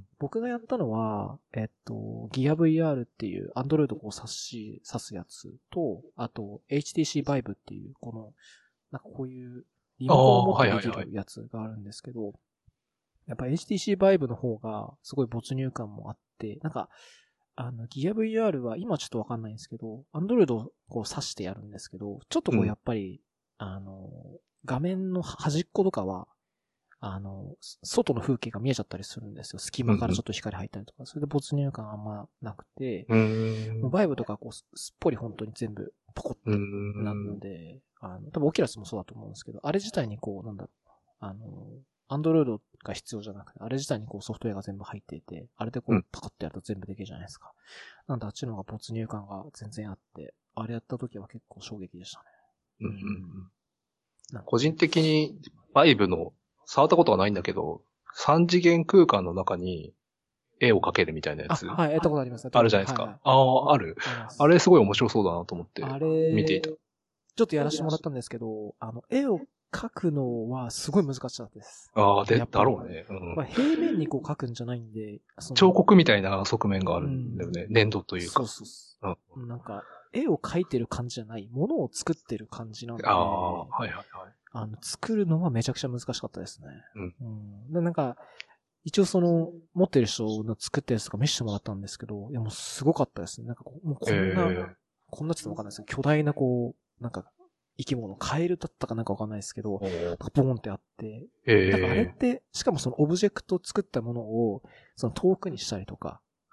僕がやったのは、えっと、ギア ブイアール っていう Android を指し、指すやつと、あと エイチティーシー Vive っていう、この、なんかこういうリモコンを持ってできるやつがあるんですけど、やっぱ エイチティーシー Vive の方がすごい没入感もあって、なんか、あの、ギア ブイアール は今ちょっとわかんないんですけど、Android をこう指してやるんですけど、ちょっとこうやっぱり、うん、あの、画面の端っことかは、あの、外の風景が見えちゃったりするんですよ。隙間からちょっと光入ったりとか。うんうん、それで没入感あんまなくて、 うーん、 もうバイブとかこう、すっぽり本当に全部ポコッとなるので、あの、多分オキュラスもそうだと思うんですけど、あれ自体にこう、なんだろう、あの、アンドロイドが必要じゃなくて、あれ自体にこうソフトウェアが全部入っていて、あれでこう、パカッとやると全部できるじゃないですか。うん、なんであっちの方が没入感が全然あって、あれやった時は結構衝撃でしたね。 うんうんうん、個人的に、バイブの、触ったことはないんだけど、三次元空間の中に絵を描けるみたいなやつ。 あ、はい、やったことあります。 あるじゃないですか。はいはい、ああ、ある。あれすごい面白そうだなと思って、見ていた。 ちょっとやらせてもらったんですけど、あの、絵を描くのはすごい難しかったです。 ああ、で、だろうね。うん、 まあ、平面にこう描くんじゃないんで、 彫刻みたいな側面があるんだよね。うん、粘土というか。 そうそうそう、うん。なんか、絵を描いてる感じじゃない、ものを作ってる感じなんで、 ああ、はいはいはい。 あの、作るのはめちゃくちゃ難しかったですね。 うん。 うん、でなんか、一応その、持ってる人の作ったやつとか見せてもらったんですけど、いやもうすごかったですね。なんかこう、もうこんな、えー、こんなって言ってもわかんないですけど、巨大なこう、なんか、生き物、カエルだったかなんかわかんないですけど、ボーンってあって、えー、だからあれって、しかもそのオブジェクトを作ったものを、その遠くにしたりとか、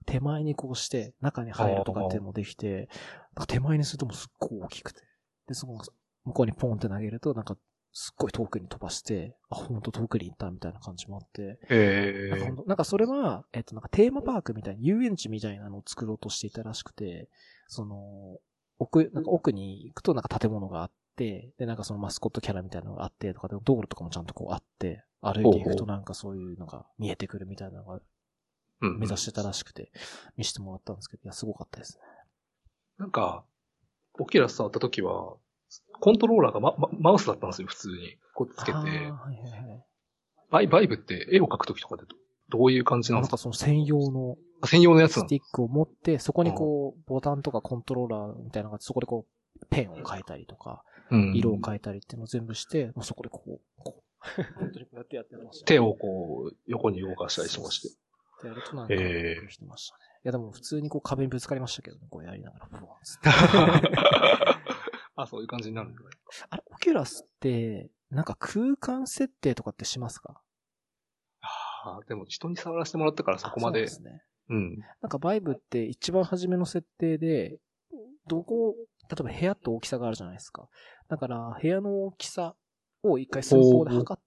手前にこうして、中に入るとかっていうのもできて、なんか手前にするともうすっごい大きくて。で、その、向こうにポンって投げると、なんか、すっごい遠くに飛ばして、あ、ほんと遠くに行ったみたいな感じもあって。 へなんかほんと、なんかそれは、えっと、なんかテーマパークみたいに遊園地みたいなのを作ろうとしていたらしくて、その、奥、なんか奥に行くとなんか建物があって、で、なんかそのマスコットキャラみたいなのがあって、とかで道路とかもちゃんとこうあって、歩いていくとなんかそういうのが見えてくるみたいなのが、目指してたらしくて、見せてもらったんですけど、いや、すごかったですね。 なんか、オキュラス触った時は、コントローラーが、まま、マウスだったんですよ、普通に。こうつけて。はいはいはい。バイ、バイブって絵を描く時とかでどどういう感じなんですか？ なんかその専用の、 専用のやつなの？ スティックを持って、そこにこう、ボタンとかコントローラーみたいなのがあって、そこでこう、ペンを変えたりとか、うん、色を変えたりっていうのを全部して、もうそこでこう、こう、本当にこうやってやってました、ね。 手をこう、横に動かしたりとかして。 ってやるとなんか、できてましたね。いやでも普通にこう壁にぶつかりましたけどね、こうやりながら、ブワーンつって。 あ、そういう感じになるんだね。 あれ、オキュラスって、なんか空間設定とかってしますか？ ああ、でも人に触らせてもらったからそこまで。そうですね。うん。 なんかバイブって一番初めの設定で、どこ、例えば部屋って大きさがあるじゃないですか。だから部屋の大きさを一回寸法で測って、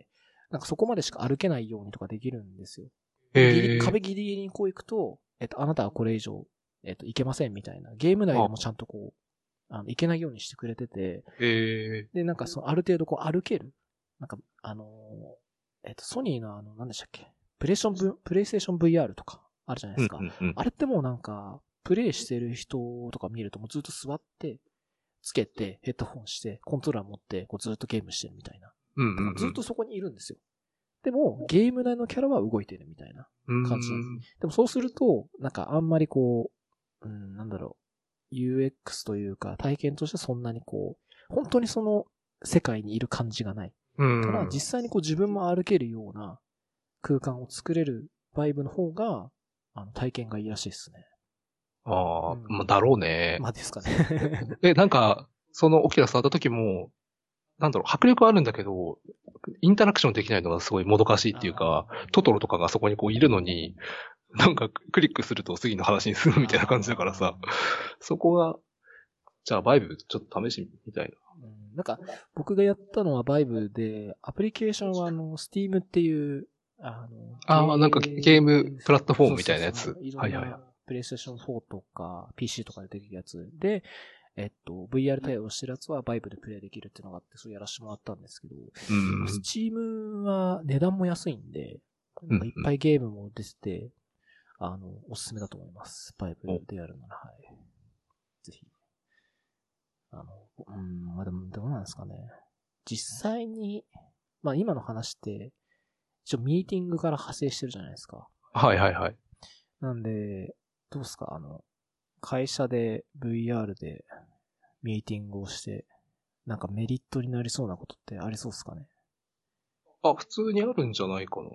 なんかそこまでしか歩けないようにとかできるんですよ。 へー。 壁ギリギリにこう行くと、えっと、あなたはこれ以上、えっと、いけませんみたいな。ゲーム内でもちゃんとこう、あの、いけないようにしてくれてて、 へー。 で、なんかその、ある程度こう歩ける。なんか、あのー、えっと、ソニーのあの、何でしたっけ？プレイステーション、プレイステーション ブイアール とかあるじゃないですか。うんうんうん、あれってもうなんか、プレイしてる人とか見るともうずっと座って、つけて、ヘッドホンして、コントローラー持って、こうずっとゲームしてるみたいな。うんうんうん、ずっとそこにいるんですよ。でも、ゲーム内のキャラは動いてるみたいな感じなんです。でもそうすると、なんかあんまりこう、うん、なんだろう、ユーエックス というか体験としてそんなにこう、本当にその世界にいる感じがない。から、実際にこう自分も歩けるような空間を作れるバイブの方が、あの、体験がいいらしいですね。 ああ、うん、まあ、だろうね。 まあですかね。 え、なんか、そのオキュラス触った時も、なんだろう、迫力あるんだけど、インタラクションできないのがすごいもどかしいっていうか、トトロとかがそこにこういるのに、なんかクリックすると次の話に進むみたいな感じだからさ、そこが、じゃあバイブちょっと試してみたいな。 うん、なんか、僕がやったのはバイブで、アプリケーションはあの、Steam っていう、あの、 ああ、なんかゲームプラットフォームみたいなやつ。そうそうそう、はいはいはい。 プレイステーションフォーとか ピーシー とかでできるやつで、えっと、ブイアール 対応してるやつはバイブでプレイできるっていうのがあって、それやらせてもらったんですけど、うん、スチームは値段も安いんで、なんかいっぱいゲームも出てて、あの、おすすめだと思います。バイブでやるなら、はい。ぜひ。あの、うん、まあでも、どうなんですかね。実際に、まあ今の話って、一応ミーティングから派生してるじゃないですか。 はいはいはい。 なんで、どうですかあの、会社で ブイアール でミーティングをして、なんかメリットになりそうなことってありそうですかね？ あ、普通にあるんじゃないかな。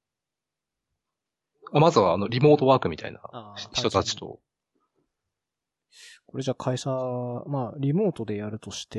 あ、まずはあの、リモートワークみたいな人たちと。 これじゃあ会社、まあ、リモートでやるとして、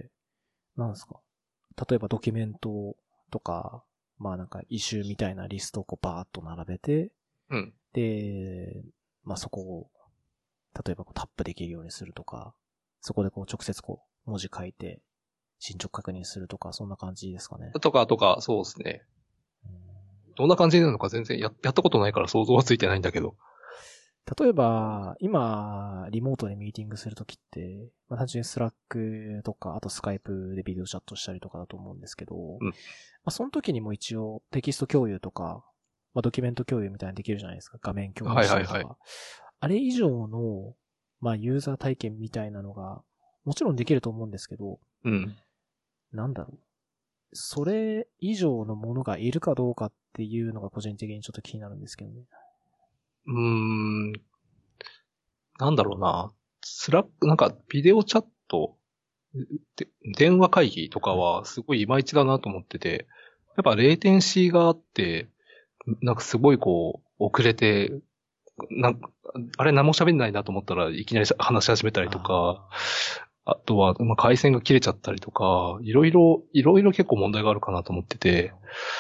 なんですか？例えばドキュメントとか、まあなんかイシューみたいなリストをこうバーッと並べて、 うん。 で、まあそこを、例えばこうタップできるようにするとか、そこでこう直接こう文字書いて進捗確認するとか、そんな感じですかね。 とかとか、そうですね。どんな感じなのか全然や、やったことないから想像はついてないんだけど。 例えば、今、リモートでミーティングするときって、まあ、単純にスラックとか、あとスカイプでビデオチャットしたりとかだと思うんですけど、うん、まあ、その時にも一応テキスト共有とか、まあ、ドキュメント共有みたいにできるじゃないですか。画面共有したりとか。はいはいはい、あれ以上の、まあ、ユーザー体験みたいなのが、もちろんできると思うんですけど、 うん。 なんだろう。それ以上のものがいるかどうかっていうのが個人的にちょっと気になるんですけどね。 うーん。なんだろうな。スラック、なんかビデオチャット、で電話会議とかはすごいいまいちだなと思ってて、やっぱレイテンシーがあって、なんかすごいこう、遅れて、なんあれ何も喋んないなと思ったらいきなり話し始めたりとか、あ, あとは、まあ、回線が切れちゃったりとか、いろいろ、いろいろ結構問題があるかなと思ってて、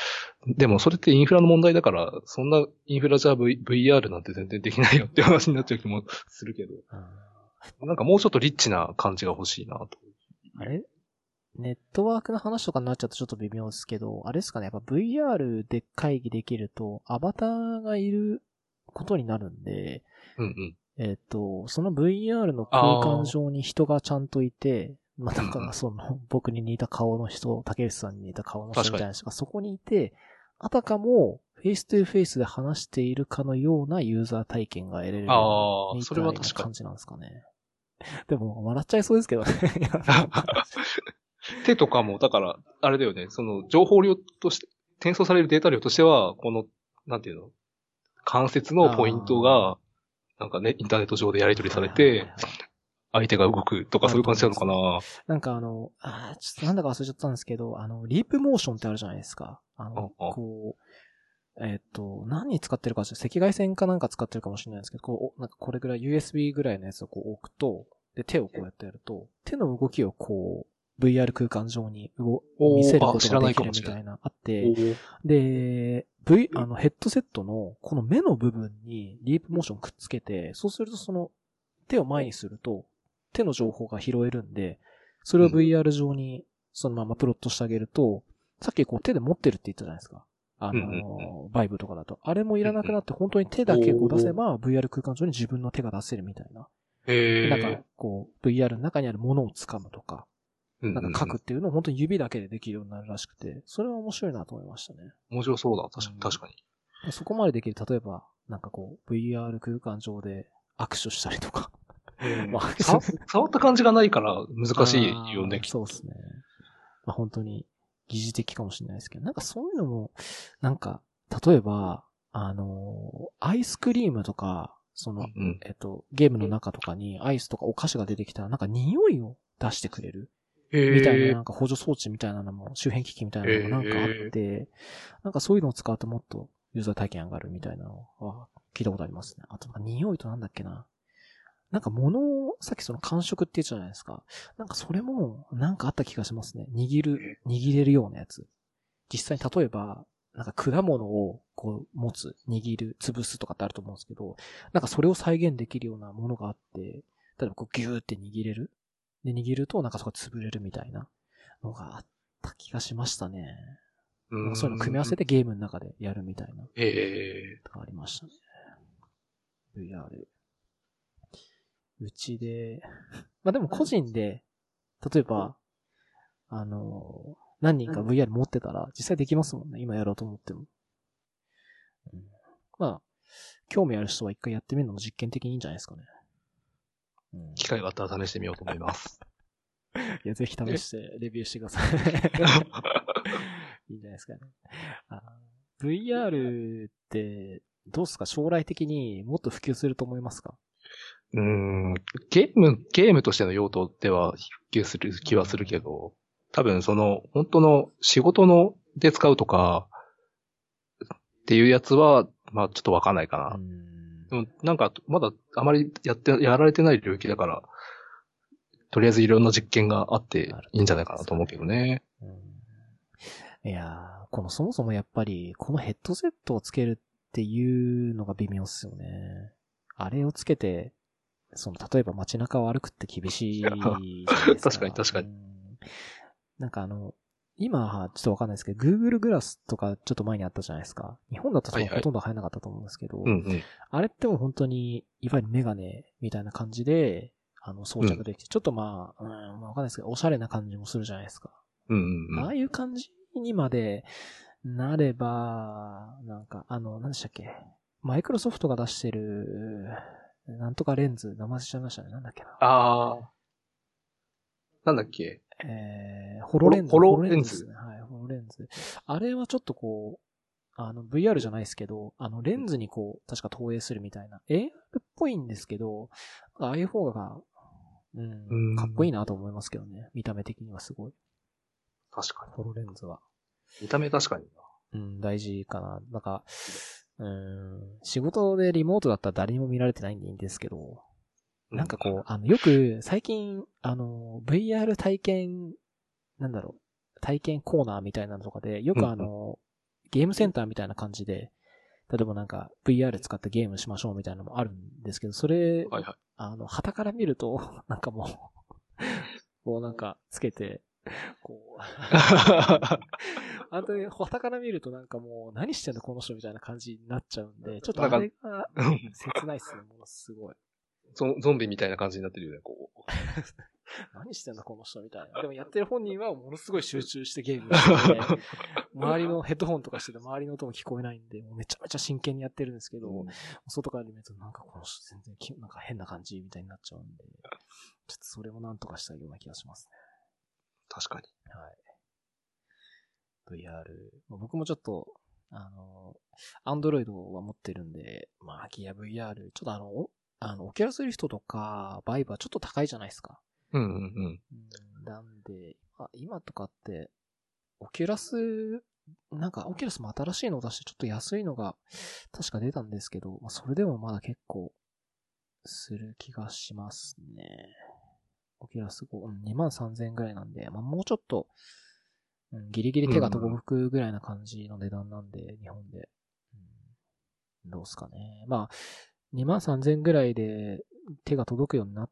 でもそれってインフラの問題だから、そんなインフラじゃ、v、ブイアール なんて全然できないよって話になっちゃう気もするけど。なんかもうちょっとリッチな感じが欲しいなと。 あれネットワークの話とかになっちゃうとちょっと微妙ですけど、あれですかね、やっぱ ブイアール で会議できると、アバターがいることになるんで、 うんうん。 えっと、その ブイアール の空間上に人がちゃんといて、まあ、だからその、僕に似た顔の人、竹内さんに似た顔の人みたいな人がそこにいて、あたかも、フェイストゥフェイスで話しているかのようなユーザー体験が得れるような、みたいな感じなんですかね。でも、笑っちゃいそうですけどね。 手とかも、だから、あれだよね、その、情報量として、転送されるデータ量としては、この、なんていうの、関節のポイントが、なんかね、インターネット上でやり取りされて、相手が動くとかそういう感じなのかな。 なんかあの、あちょっとなんだか忘れちゃったんですけど、あの、リープモーションってあるじゃないですか。あの、ああこう、えっと、何に使ってるか、赤外線かなんか使ってるかもしれないんですけど、こう、なんかこれぐらい ユーエスビー ぐらいのやつをこう置くと、で、手をこうやってやると、手の動きをこう、ブイアール 空間上に動見せることができるみたいなあって、で、V、あのヘッドセットのこの目の部分にリープモーションくっつけて、そうするとその手を前にすると手の情報が拾えるんで、それを ブイアール 上にそのままプロットしてあげると、さっきこう手で持ってるって言ったじゃないですか。あの、バイブとかだと。あれもいらなくなって本当に手だけこう出せば ブイアール 空間上に自分の手が出せるみたいな。 へなんかこう ブイアール の中にあるものを掴むとか。なんか書くっていうのを本当に指だけでできるようになるらしくて、それは面白いなと思いましたね。 面白そうだ、確かに、確かに。そこまでできる、例えば、なんかこう、ブイアール 空間上で握手したりとか。 まあ、触った感じがないから難しいよね。 そうですね。まあ本当に疑似的かもしれないですけど、なんかそういうのも、なんか、例えば、あの、アイスクリームとか、その、うん、えっと、ゲームの中とかにアイスとかお菓子が出てきたら、なんか匂いを出してくれる。みたいななんか補助装置みたいなのも、周辺機器みたいなのもなんかあって、なんかそういうのを使うともっとユーザー体験上がるみたいなのは聞いたことありますね。あと、匂いとなんだっけな。なんか物を、さっきその感触って言ったじゃないですか。なんかそれもなんかあった気がしますね。握る、握れるようなやつ。実際に例えば、なんか果物をこう持つ、握る、潰すとかってあると思うんですけど、なんかそれを再現できるようなものがあって、例えばこうギューって握れる。で、握るとなんかそこ潰れるみたいなのがあった気がしましたね。うん、そういうの組み合わせてゲームの中でやるみたいな。ええー。ありましたね。ブイアール。うちで、まあでも個人で、例えば、あの、何人か ブイアール 持ってたら実際できますもんね。今やろうと思っても。うん、まあ、興味ある人は一回やってみるのも実験的にいいんじゃないですかね。 うん、機会があったら試してみようと思います。 いや、ぜひ試してレビューしてください。いいんじゃないですかね。ブイアール って、どうですか将来的にもっと普及すると思いますか？ うーん、ゲーム、ゲームとしての用途では普及する気はするけど、多分その、本当の仕事ので使うとか、っていうやつは、まあちょっとわかんないかな。でもなんか、まだあまりやって、やられてない領域だから、とりあえずいろんな実験があっていいんじゃないかなと思うけどね。 いやー、このそもそもやっぱり、このヘッドセットをつけるっていうのが微妙っすよね。あれをつけて、その、例えば街中を歩くって厳しいじゃないですか。 確かに確かに。 なんかあの、今、ちょっとわかんないですけど、Google グラスとかちょっと前にあったじゃないですか。日本だとほとんど入らなかったと思うんですけど、はいはいうんうん、あれってもう本当に、いわゆるメガネみたいな感じで、あの、装着できて、うん、ちょっとまあ、うん、まあ、わかんないですけど、おしゃれな感じもするじゃないですか。 うんうんうん、 ああいう感じにまでなれば、なんか、あの、何でしたっけ。マイクロソフトが出してる、なんとかレンズ、名前しちゃいましたね。なんだっけな。 ああ。なんだっけ。 えー、ホロレンズ。 ホロレンズですね。はい、ホロレンズ。あれはちょっとこう、あの、ブイアール じゃないですけど、あの、レンズにこう、確か投影するみたいな。エーアール っぽいんですけど、ああいう方が、うん、かっこいいなと思いますけどね。見た目的にはすごい。 確かに。 ホロレンズは。 見た目確かにな。うん、大事かな。なんか、うん、仕事でリモートだったら誰にも見られてないんでいいんですけど、なんかこう、あの、よく最近、あの、ブイアール 体験、なんだろう、体験コーナーみたいなのとかで、よくあの、 ゲームセンターみたいな感じで、例えばなんか ブイアール 使ってゲームしましょうみたいなのもあるんですけど、それ、 はいはい。 あの、旗から見ると、なんかもう、こうなんかつけて、こう、本当に旗から見るとなんかもう何してんだこの人みたいな感じになっちゃうんで、ちょっとあれが切ないっすね、ものすごい。 ゾゾンビみたいな感じになってるよね、こう。 何してんだこの人みたいな。でもやってる本人はものすごい集中してゲームしてて、周りのヘッドホンとかしてて周りの音も聞こえないんで、もうめちゃめちゃ真剣にやってるんですけど、うん、外から見るとなんかこの人全然なんか変な感じみたいになっちゃうんで、ちょっとそれもなんとかしたいような気がしますね。 確かに。 はい。ブイアール。僕もちょっと、あの、アンドロイドは持ってるんで、まあ、ギア ブイアール、ちょっとあの、あの、オキュラスリフトとか、バイブはちょっと高いじゃないですか。 うんうんうん。 うん、なんで、あ、今とかって、オキュラス、なんか、オキュラスも新しいのを出してちょっと安いのが、確か出たんですけど、まあ、それでもまだ結構、する気がしますね。オキュラスご、うん、にまんさんぜんえんぐらいなんで、まあ、もうちょっと、うん、ギリギリ手が届くぐらいな感じの値段なんで、日本で。うん、どうすかね。まあ、にまんさんぜんえんぐらいで手が届くようになって、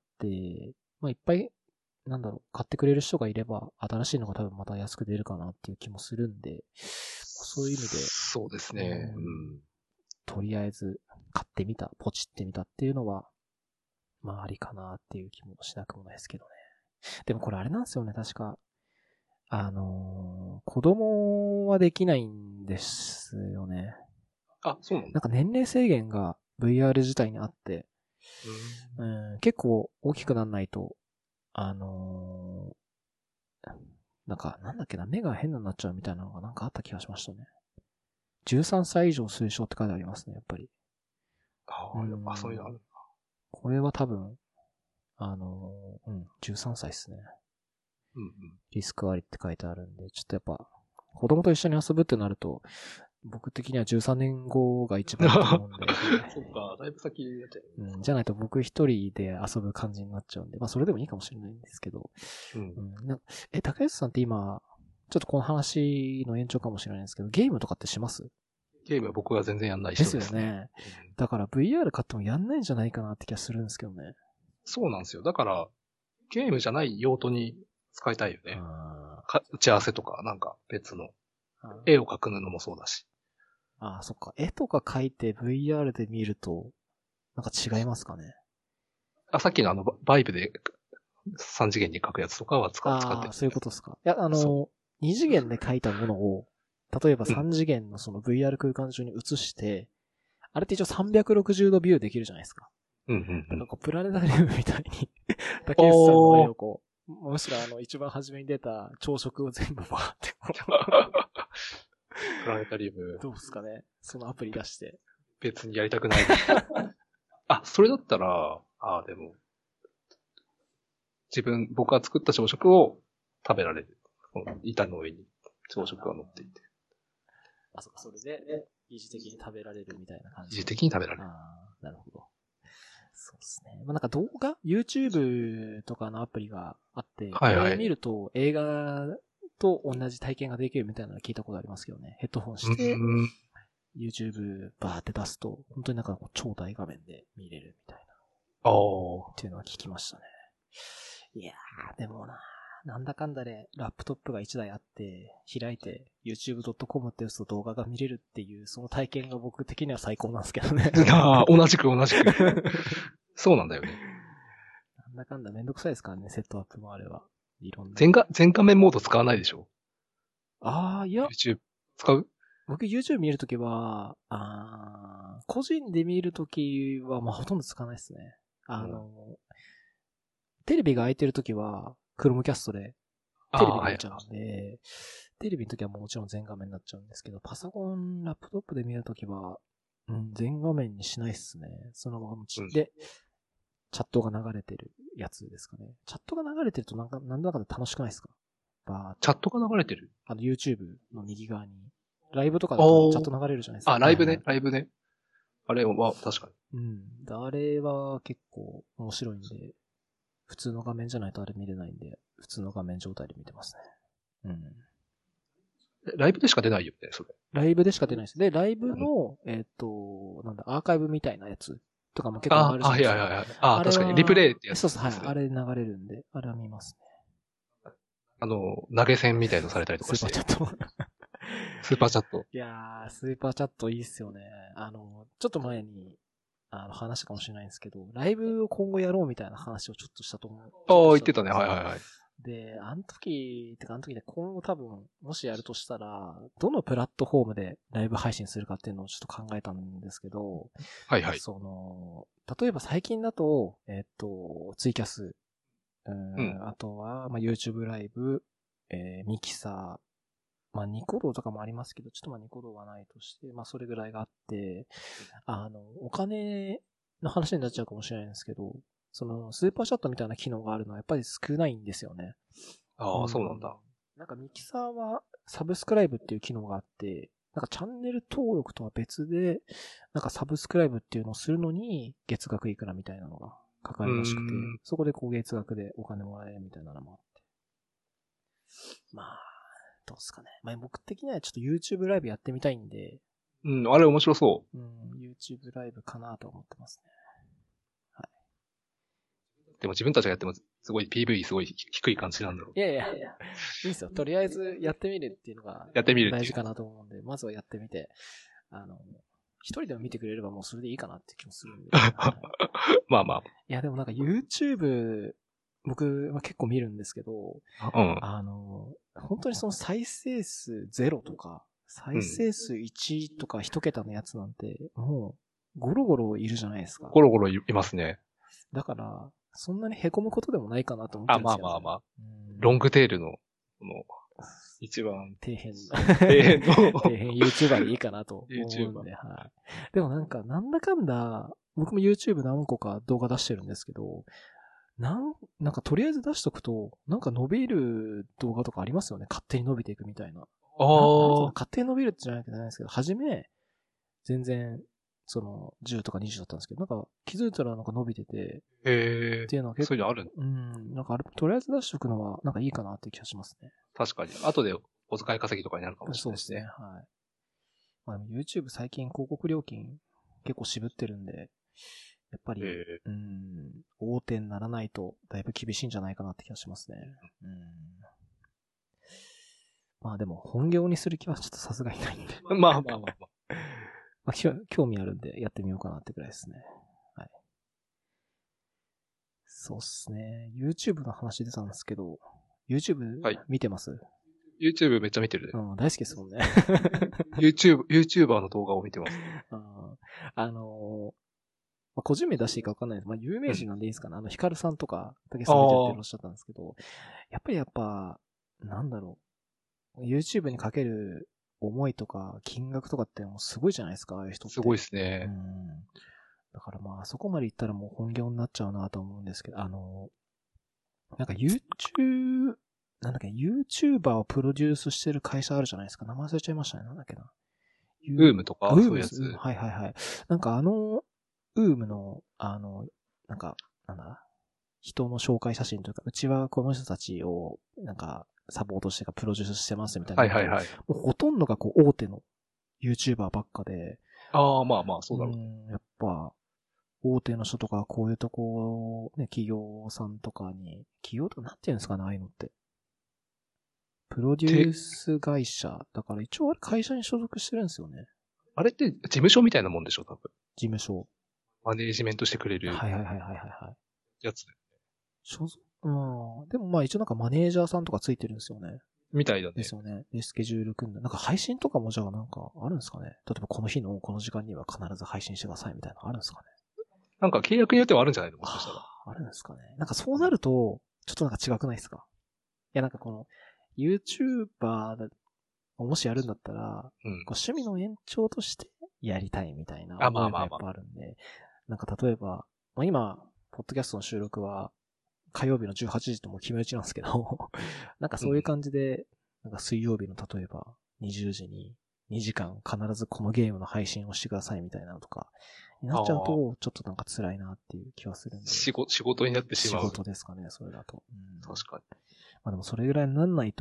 まあ、いっぱい、なんだろう、買ってくれる人がいれば、新しいのが多分また安く出るかなっていう気もするんで、そういう意味で。 そうですね。 うん、とりあえず、買ってみた、ポチってみたっていうのは、まあ、ありかなっていう気もしなくもないですけどね。でもこれあれなんですよね、確か。あのー、子供はできないんですよね。 あ、そうなんだ。 なんか年齢制限が ブイアール 自体にあって、うん、うん、結構大きくならないと、あのー、なんか、なんだっけな、目が変になっちゃうみたいなのがなんかあった気がしましたね。じゅうさんさい以上推奨って書いてありますね、やっぱり。 ああ、やっぱそういうのあるんだ。 これは多分、あのー、うん、じゅうさんさいですね。 うんうん、 リスクありって書いてあるんで、ちょっとやっぱ、子供と一緒に遊ぶってなると、僕的にはじゅうさんねんごが一番いいと思うんで。 そっか、だいぶ先やっちゃう、 うん。じゃないと僕一人で遊ぶ感じになっちゃうんで、まあそれでもいいかもしれないんですけど。うん。うん、なえ、高安さんって今、ちょっとこの話の延長かもしれないんですけど、ゲームとかってします？ ゲームは僕は全然やんない人です。 ですよね。うん、だから ブイアール 買ってもやんないんじゃないかなって気がするんですけどね。 そうなんですよ。だから、ゲームじゃない用途に使いたいよね。か打ち合わせとか、なんか別の。絵を描くのもそうだし。 ああ、そっか。絵とか描いて ブイアール で見ると、なんか違いますかね。 あ、さっきのあの、バイブでさん次元に描くやつとかは使ってる。 ああ、そういうことですか。いや、あの、に次元で描いたものを、例えばさん次元のその ブイアール 空間上に映して、うん、あれって一応さんびゃくろくじゅうどビューできるじゃないですか。 うんうんうん。 なんかこう、プラネタリウムみたいに、竹内さんの絵をこう、むしろあの、一番初めに出た朝食を全部バーってこう。 プラネタリウム。 どうですかね。そのアプリ出して。 別にやりたくない。あ、それだったら、ああ、でも、自分、僕が作った朝食を食べられる。板の上に朝食が乗っていて。 あ、そっか、それで、疑似的に食べられるみたいな感じ。 疑似的に食べられる。 ああ、なるほど。そうですね。まあ、なんか動画 ?YouTube とかのアプリがあって、はいはい、これ見ると映画と同じ体験ができるみたいなの聞いたことありますけどね。ヘッドホンして、YouTube バーって出すと、本当になんか超大画面で見れるみたいな。ああ。っていうのは聞きましたね。いやー、でもな、なんだかんだでラップトップがいちだいあって、開いて ユーチューブドットコム って打つと動画が見れるっていう、その体験が僕的には最高なんですけどね。 ああ、同じく同じく。そうなんだよね。 なんだかんだめんどくさいですからね、セットアップもあれば。いろんな。 全画、全画面モード使わないでしょ？ ああ、いや。 YouTube 使う？ 僕 YouTube 見るときは、あ個人で見るときは、まあ、ほとんど使わないですね。あの、うん、テレビが空いてるときは、クロムキャストで、テレビで見ちゃうんで、テレビのときはもちろん全画面になっちゃうんですけど、パソコン、ラップトップで見るときは、うん、全画面にしないっすね。そのままち、うん、で、チャットが流れてるやつですかね。チャットが流れてるとなんか、なんだかで楽しくないですか？バーチャットが流れてる？ あの YouTube の右側に。ライブとかだとチャット流れるじゃないですか。 あ、ライブね、ライブね。あれは、確かに。うん。あれは結構面白いんで、普通の画面じゃないとあれ見れないんで、普通の画面状態で見てますね。うん。 ライブでしか出ないよね、それ。 ライブでしか出ないです。で、ライブの、うん、えっと、なんだ、アーカイブみたいなやつとかも結構流れるじゃないですか。 あ、はいはいはい。あ、確かに。リプレイってやつですね。そうそう、はい。あれ流れるんで、あれは見ますね。あの、投げ銭みたいのされたりとかして。 スーパーチャット。 スーパーチャット。 いやー、スーパーチャットいいっすよね。あの、ちょっと前に、あの、話したかもしれないんですけど、ライブを今後やろうみたいな話をちょっとしたと思う。 ああ、言ってたね。はいはいはい。 で、あの時、てかあの時で今後多分、もしやるとしたら、どのプラットフォームでライブ配信するかっていうのをちょっと考えたんですけど、 はいはい。 その、例えば最近だと、えっと、ツイキャス、うん、うん、あとは、まあ、YouTube ライブ、えー、ミキサー、まあ、ニコ動とかもありますけど、ちょっとまあニコ動はないとして、まあそれぐらいがあって、あの、お金の話になっちゃうかもしれないんですけど、そのスーパーチャットみたいな機能があるのはやっぱり少ないんですよね。 ああ、うん、そうなんだ。 なんかミキサーはサブスクライブっていう機能があって、なんかチャンネル登録とは別で、なんかサブスクライブっていうのをするのに月額いくらみたいなのがかかるらしくて、そこでこう月額でお金もらえるみたいなのもあって。まあ、どうですかね。まあ僕的にはちょっと YouTube ライブやってみたいんで。 うん、あれ面白そう。 うん、YouTube ライブかなと思ってますね。はい。 でも自分たちがやってもすごい ピーブイ すごい低い感じなんだろう。 いやいやいや、いいですよ。とりあえずやってみるっていうのがやってみる大事かなと思うんで、まずはやってみて、あの、一人でも見てくれればもうそれでいいかなって気もするんで。はい、 まあまあ。 いやでもなんか YouTube、僕は結構見るんですけど、 うん、 あの、本当にその再生数ゼロとか、再生数いちとか一桁のやつなんて、もう、ゴロゴロいるじゃないですか。 ゴロゴロいますね。 だから、そんなに凹むことでもないかなと思ってるんですよ、ね。 あ、まあまあまあ。ロングテールの、この、一番、 底辺、 底辺の、 底辺 YouTuber でいいかなと思うんで、はい。でもなんか、なんだかんだ、僕も YouTube 何個か動画出してるんですけど、なん、なんかとりあえず出しとくと、なんか伸びる動画とかありますよね。勝手に伸びていくみたいな。ああ。勝手に伸びるってじゃないとないんですけど、はじめ、全然、その、じゅうとかにじゅうだったんですけど、なんか気づいたらなんか伸びてて、 へー。 っていうのは結構、 そういうのあるんだ。 うん、なんかあれ、とりあえず出しとくのは、なんかいいかなっていう気がしますね。 確かに。後でお使い稼ぎとかになるかもしれないですね。 そうですね、はい。まあ、YouTube 最近広告料金結構渋ってるんで、やっぱり、うん、大手にならないとだいぶ厳しいんじゃないかなって気がしますね。うん、まあでも、本業にする気はちょっとさすがにないんで。 まあまあまあまあ。 まあ、興味あるんでやってみようかなってくらいですね。はい。そうっすね。YouTube の話出たんですけど、YouTube 見てます、はい、 YouTube めっちゃ見てるね。 うん、大好きですもんね。 YouTube、YouTuber の動画を見てます。 あ, あのー、まあ、個人名出していいか分かんないです。まあ、有名人なんでいいですかね。うん、あの、ヒカルさんとか、竹さん見てっておっしゃったんですけど、やっぱりやっぱ、なんだろう。YouTube にかける思いとか、金額とかってもうすごいじゃないですか、ああいう人って。 すごいですね。 うん。だからまあ、そこまでいったらもう本業になっちゃうなと思うんですけど、あの、なんか YouTube、なんだっけ、YouTuber をプロデュースしてる会社あるじゃないですか。名前忘れちゃいましたね。なんだっけな。 ウームとかそういうやつ。 はいはいはい。なんかあの、ウームの、あの、なんか、なんだ、人の紹介写真というか、うちはこの人たちを、なんか、サポートしてかプロデュースしてますみたいな。 はいはいはい。 もうほとんどがこう、大手の YouTuber ばっかで。 ああ、まあまあ、そうだろう。 うん、やっぱ、大手の人とか、こういうとこ、ね、企業さんとかに、企業とかなんていうんですかね、ああいうのって。プロデュース会社。だから一応あれ会社に所属してるんですよね。 あれって事務所みたいなもんでしょ、多分。 事務所。 マネージメントしてくれる。 はいはいはいはいはい。 やつ。 所属、うん。でもまあ一応なんかマネージャーさんとかついてるんですよね。 みたいだね。 ですよね。で、スケジュール組んだ。なんか配信とかもじゃあなんかあるんですかね。例えばこの日のこの時間には必ず配信してくださいみたいなのあるんですかね。 なんか契約によってはあるんじゃないのもしかしたら。 あ, あるんですかね。なんかそうなると、ちょっとなんか違くないですか。いやなんかこの、YouTuber もしやるんだったら、うん、こう趣味の延長としてやりたいみたいな思いがやっぱあるんで、まあまあまあ、なんか例えば、まあ今、ポッドキャストの収録は火曜日のじゅうはちじとも決め打ちなんですけど、なんかそういう感じで、うん、なんか水曜日の例えばにじゅうじににじかん必ずこのゲームの配信をしてくださいみたいなのとか、になっちゃうと、ちょっとなんか辛いなっていう気はするんで。 仕事、仕事になってしまう。 仕事ですかね、それだと。 うん、確かに。 まあでもそれぐらいになんないと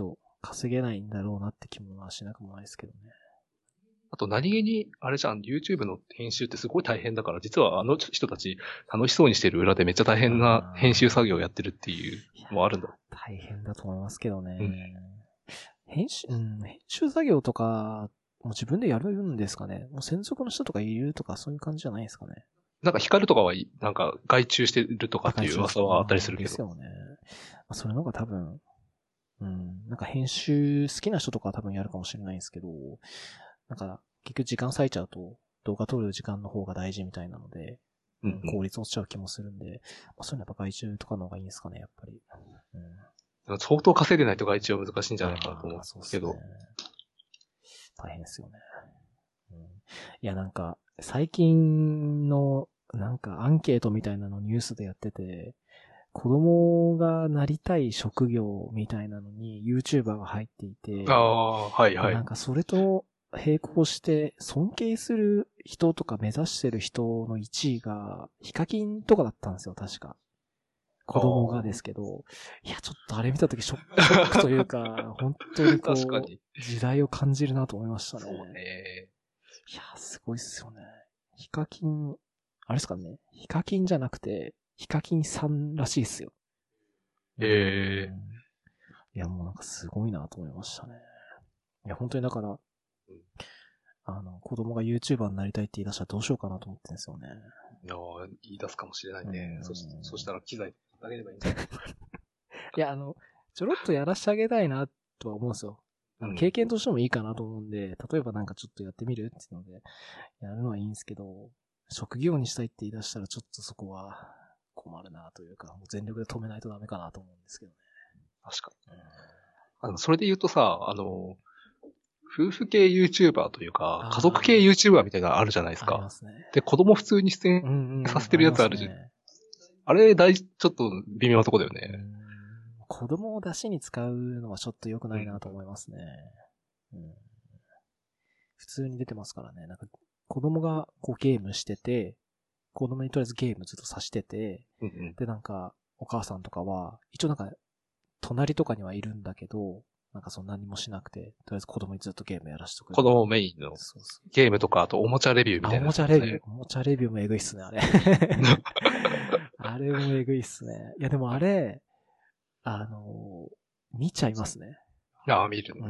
稼げないんだろうなって気もはしなくもないですけどね。 あと何気に、あれじゃん、YouTube の編集ってすごい大変だから、実はあの人たち楽しそうにしてる裏でめっちゃ大変な編集作業をやってるっていうのもあるんだ。 大変だと思いますけどね。うん、編集、うん、編集作業とか、もう自分でやるんですかね。もう専属の人とかいるとかそういう感じじゃないですかね。 なんか光とかは、なんか外注してるとかっていう噂はあったりするけど。 ですよね。それの方が多分、うん、なんか編集好きな人とかは多分やるかもしれないんですけど、なんか結局時間割いちゃうと動画撮る時間の方が大事みたいなので、うん、効率落ちちゃう気もするんで、まあ、そういうのやっぱ外注とかの方がいいんですかね、やっぱり。 うん、相当稼いでないと外注は難しいんじゃないかなと思うけど。 ね、大変ですよね、うん。いやなんか最近のなんかアンケートみたいなのニュースでやってて、子供がなりたい職業みたいなのに YouTuber が入っていて、 ああ、はいはい。 なんかそれと並行して尊敬する人とか目指してる人のいちいがヒカキンとかだったんですよ、確か。子供がですけど、いや、ちょっとあれ見たときショックというか、本当にこう、時代を感じるなと思いましたね。 そうね。 いや、すごいっすよね。ヒカキン、あれですかね、ヒカキンじゃなくて、ヒカキンさんらしいっすよ。 へえ。 いや、もうなんかすごいなと思いましたね。いや、本当にだから、うん、あの、子供が YouTuber になりたいって言い出したらどうしようかなと思ってるんですよね。 いや言い出すかもしれないね。そし、そしたら機材あげればいいんじゃないいや、あの、ちょろっとやらしてあげたいなとは思うんですよ。あの経験としてもいいかなと思うんで、例えばなんかちょっとやってみるっていうので、やるのはいいんですけど、職業にしたいって言い出したらちょっとそこは困るなというか、もう全力で止めないとダメかなと思うんですけどね。 確かに。あの、それで言うとさ、あの、夫婦系 YouTuber というか、家族系 YouTuber みたいなのあるじゃないですか。ありますね。で、子供普通に出演させてるやつあるじゃん。うんうんうん、あ, ね、あれ、大、ちょっと微妙なとこだよね。 子供を出しに使うのはちょっと良くないなと思いますね。うん、普通に出てますからね。なんか子供がこうゲームしてて、子供にとりあえずゲームずっとさしてて、うんうん、で、なんかお母さんとかは、一応なんか隣とかにはいるんだけど、なんかそんなにもしなくて、とりあえず子供にずっとゲームやらしとく。 子供メインのゲームとか、あとおもちゃレビューみたいな、ね。 おもちゃレビュー。おもちゃレビューもえぐいっすね、あれ。あれもえぐいっすね。いやでもあれ、あのー、見ちゃいますね。 ああ、見るんだ。うん。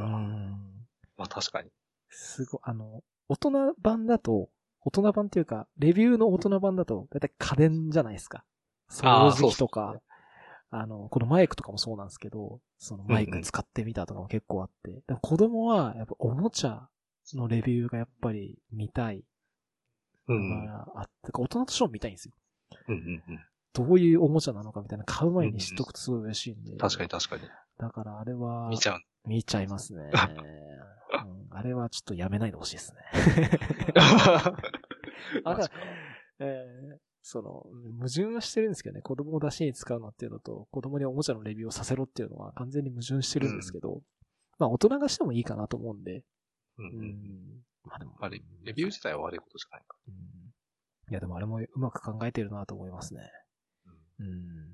まあ確かに。 すごい、あの、大人版だと、大人版っていうか、レビューの大人版だと、だいたい家電じゃないですか。掃除機とか、あの、このマイクとかもそうなんですけど、そのマイク使ってみたとかも結構あって、うんうん、でも子供はやっぱおもちゃのレビューがやっぱり見たいのがあって、うん、大人としても見たいんですよ。うんうんうん、どういうおもちゃなのかみたいな買う前に知っとくとすごい嬉しいんで。うん、 確かに確かに。 だからあれは、 見ちゃう。 見ちゃいますね。うん、あれはちょっとやめないでほしいですね。あら、えーその、矛盾はしてるんですけどね、子供を出しに使うのっていうのと、子供におもちゃのレビューをさせろっていうのは完全に矛盾してるんですけど、うん、まあ大人がしてもいいかなと思うんで。 うん。うん、まあでも、あれ、レビュー自体は悪いことじゃないか。うん、 いやでもあれもうまく考えてるなと思いますね。うん。うん、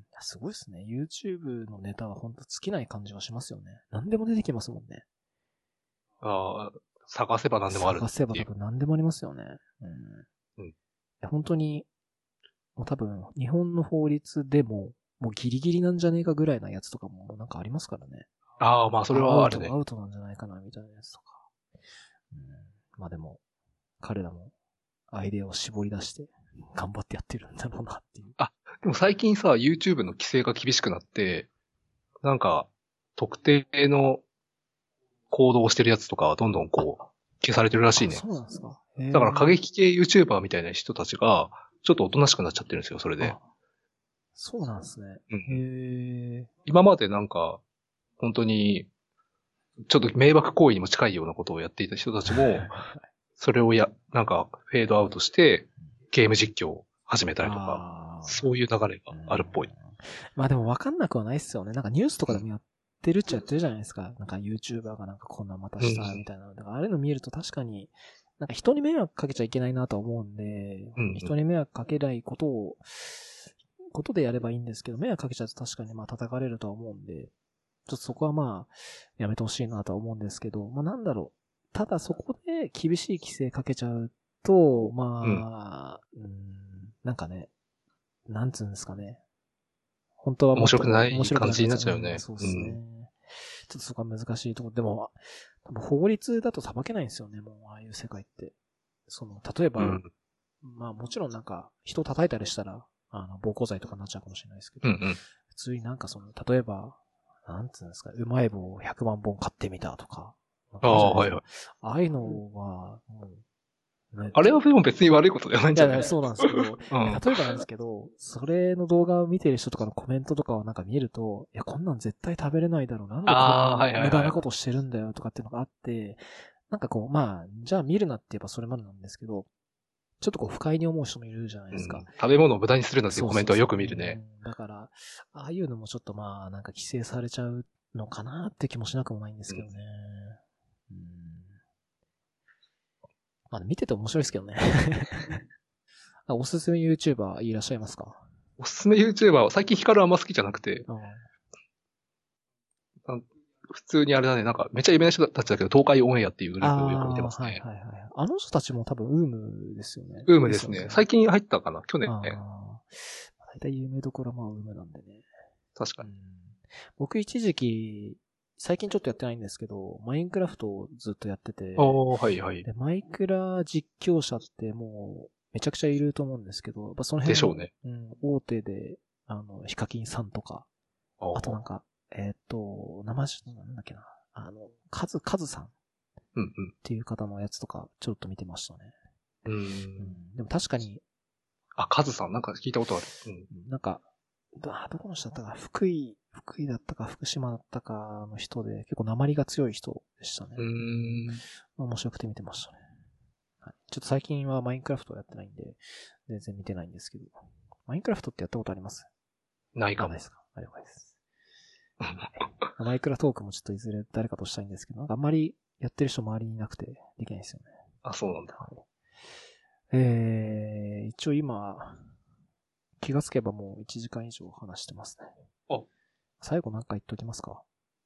すごいですね。YouTube のネタは本当尽きない感じはしますよね。何でも出てきますもんね。 ああ、探せば何でもある。 探せば多分何でもありますよね。うん。うん、いや本当に、もう多分、日本の法律でも、もうギリギリなんじゃねえかぐらいなやつとかもなんかありますからね。 ああ、まあそれはあるね。 アウト、アウトなんじゃないかな、みたいなやつとか。うん、まあでも、彼らもアイデアを絞り出して、頑張ってやってるんだろうなっていう。 あ、でも最近さ、YouTube の規制が厳しくなって、なんか、特定の行動をしてるやつとかはどんどんこう、消されてるらしいね。 そうなんですか。 だから過激系 YouTuber みたいな人たちが、ちょっとおとなしくなっちゃってるんですよ、それで。 そうなんですね。 うん、へ今までなんか、本当に、ちょっと迷惑行為にも近いようなことをやっていた人たちも、それをや、なんか、フェードアウトして、ゲーム実況を始めたりとか、そういう流れがあるっぽい。 まあでも分かんなくはないっすよね。なんかニュースとかでもやってるっちゃやってるじゃないですか。なんか YouTuber がなんかこんなまたしたみたいな。だからあれの見ると確かに、なんか人に迷惑かけちゃいけないなとは思うんで、うんうん、人に迷惑かけないことを、ことでやればいいんですけど、迷惑かけちゃうと確かにまあ叩かれるとは思うんで、 ちょっとそこはまあ、やめてほしいなとは思うんですけど、まあなんだろう。ただそこで厳しい規制かけちゃうと、まあ、うん、うんなんかね、なんつうんですかね。本当はもっと面白くない面白く感じになっちゃうよね。 うんそうですね。うん、ちょっとそこは難しいところ。でも、法律だと裁けないんですよね、もう、ああいう世界って。その、例えば、うん、まあもちろんなんか、人を叩いたりしたら、あの、暴行罪とかになっちゃうかもしれないですけど、 うんうん、 普通になんかその、例えば、なんつうんですか、うまい棒をひゃくまんぼん買ってみたとか。 ああ、はいはい。 ああいうのは、もう、 ね、あれはでも別に悪いことではないんじゃない？ いや、そうなんですけど、うん、例えばなんですけど、それの動画を見てる人とかのコメントとかをなんか見ると、いや、こんなん絶対食べれないだろう。なんでこんな無駄なことしてるんだよとかっていうのがあって、なんかこう、まあ、じゃあ見るなって言えばそれまでなんですけど、ちょっとこう不快に思う人もいるじゃないですか。うん、 食べ物を無駄にするなっていうコメントはよく見るね。そうそうそう、 うん。だから、ああいうのもちょっとまあ、なんか規制されちゃうのかなって気もしなくもないんですけどね。うん、うんまあ、見てて面白いですけどね。おすすめ YouTuber いらっしゃいますか？ おすすめ YouTuber は最近ヒカルあんま好きじゃなくて、うん、普通にあれだね、なんかめっちゃ有名な人たちだけど、東海オンエアっていうグループをよく見てますね。 はいはいはい。あの人たちも多分ウームですよね。 ウームですね。最近入ったかな去年ね。 大体有名どころはまあウームなんでね。 確かに。うん、 僕一時期、最近ちょっとやってないんですけど、マインクラフトをずっとやってて。 ああ、はいはい。 で、マイクラ実況者ってもう、めちゃくちゃいると思うんですけど、やっぱその辺でしょうね。 うん、大手で、あの、ヒカキンさんとか、あ, あとなんか、えっ、ー、と、生地、なんだっけな、あの、カズ、カズさんっていう方のやつとか、ちょっと見てましたね。 うん、うんうん。でも確かに、 あ、カズさんなんか聞いたことある。 うん、なんか、ど、どこの人だったか、福井、福井だったか、福島だったかの人で、結構鉛が強い人でしたね。 うん。 面白くて見てましたね。はい、ちょっと最近はマインクラフトやってないんで、全然見てないんですけど。マインクラフトってやったことあります？ ないかも。 ないですか？了解です。マイクラトークもちょっといずれ誰かとしたいんですけど、なんかあんまりやってる人周りにいなくてできないですよね。 あ、そうなんだ。 はい、えー、一応今、気がつけばもういちじかん以上話してますね。 あ、 最後なんか言っときますか？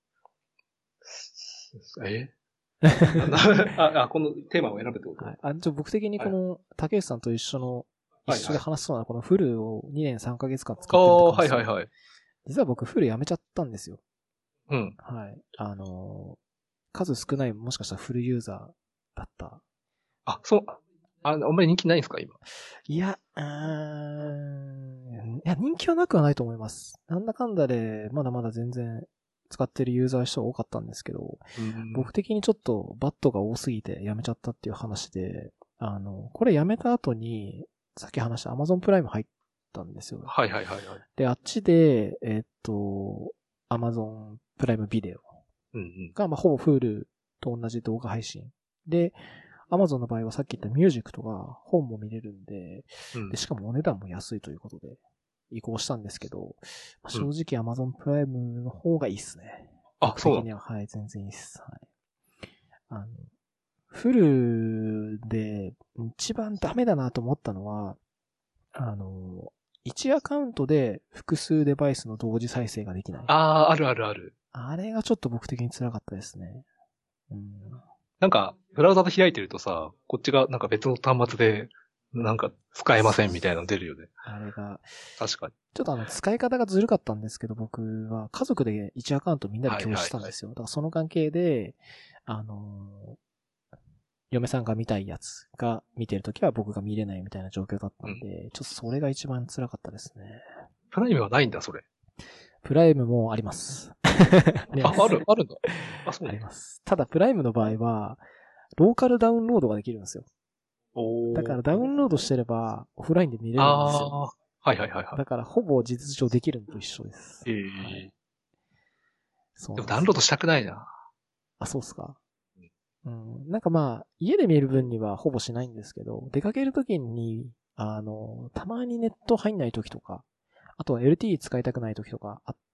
えああ、このテーマを選ぶってこと？ はい。あ、ちょ僕的にこの、竹内さんと一緒の、一緒で話しそうなこのフルをにねんさんかげつかん使ってるって感じ。はいはいはい。実は僕フルやめちゃったんですよ。 うん。 はい。あのー、数少ないもしかしたらフルユーザーだった。 あ、そう、あ、あんまり人気ないんですか今？ いや、うーん。いや、人気はなくはないと思います。なんだかんだで、まだまだ全然使ってるユーザーの人が多かったんですけど、僕的にちょっとバットが多すぎてやめちゃったっていう話で、あの、これやめた後に、さっき話した Amazon プライム入ったんですよ。 はいはいはいはい。 で、あっちで、えっと、Amazon プライムビデオが、まあ、ほぼ Hulu と同じ動画配信。で、Amazon の場合はさっき言ったミュージックとか本も見れるんで、うん、でしかもお値段も安いということで移行したんですけど、まあ、正直 Amazon プライムの方がいいっすね。 うん、あ、そう的には、はい、全然いいっす。はい。あの、フルで一番ダメだなと思ったのは、あの、いちアカウントで複数デバイスの同時再生ができない。 ああ、あるあるある。 あれがちょっと僕的に辛かったですね。 うん、なんか、ブラウザで開いてるとさ、こっちがなんか別の端末で、なんか使えませんみたいなの出るよね。 あれが。 確かに。 ちょっとあの、使い方がずるかったんですけど、僕は家族でいちアカウントみんなで共有したんですよ。はいはいはい、だからその関係で、あのー、嫁さんが見たいやつが見てるときは僕が見れないみたいな状況だったんで、うん、ちょっとそれが一番辛かったですね。 プライムはないんだ、それ。 プライムもあります。 あります。あ、ある、あるんだ。あ、そうあります。ただ、プライムの場合は、ローカルダウンロードができるんですよ。 おだからダウンロードしてれば、オフラインで見れるんですよ。 あはいはいはいはい。 だから、ほぼ事実上できるのと一緒です。 ええーはい、 そう。 でもダウンロードしたくないな。 あ、そうっすか。うん。なんかまあ、家で見る分にはほぼしないんですけど、出かけるときに、あの、たまにネット入んないときとか、あとは エルティー 使いたくないときとかあって、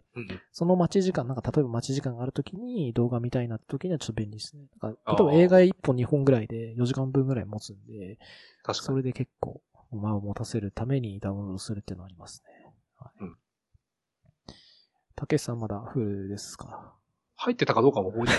うん、その待ち時間、なんか例えば待ち時間があるときに動画見たいなってときにはちょっと便利ですね。なんか例えば映画いっぽんにほんぐらいでよじかんぶんぐらい持つんで、確かにそれで結構間を持たせるためにダウンロードするっていうのはありますね。はい、うん、 竹内さんまだフルですか？ 入ってたかどうかも覚えて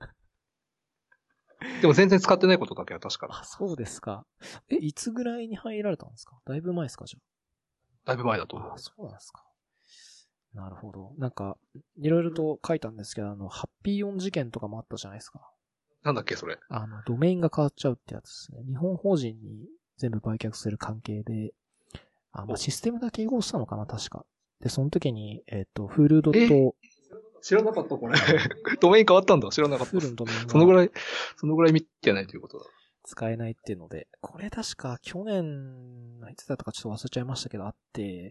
ない。でも全然使ってないことだけは確かに。 あ、そうですか。え、いつぐらいに入られたんですか？だいぶ前ですか、じゃだいぶ前だと思う。 あ。あ、そうなんですか。なるほど。なんか、いろいろと書いたんですけど、あの、ハッピーヨン事件とかもあったじゃないですか。 なんだっけ、それ。 あの、ドメインが変わっちゃうってやつですね。日本法人に全部売却する関係で、あ、まあ、システムだけ移行したのかな、確か。で、その時に、えっ、と、フールドット、 知らなかった、これ。ドメイン変わったんだ。知らなかった。 フールのドメインがそのぐらい、そのぐらい見てないということだ。 使えないっていうので、これ確か去年、いつだったかちょっと忘れちゃいましたけど、あって、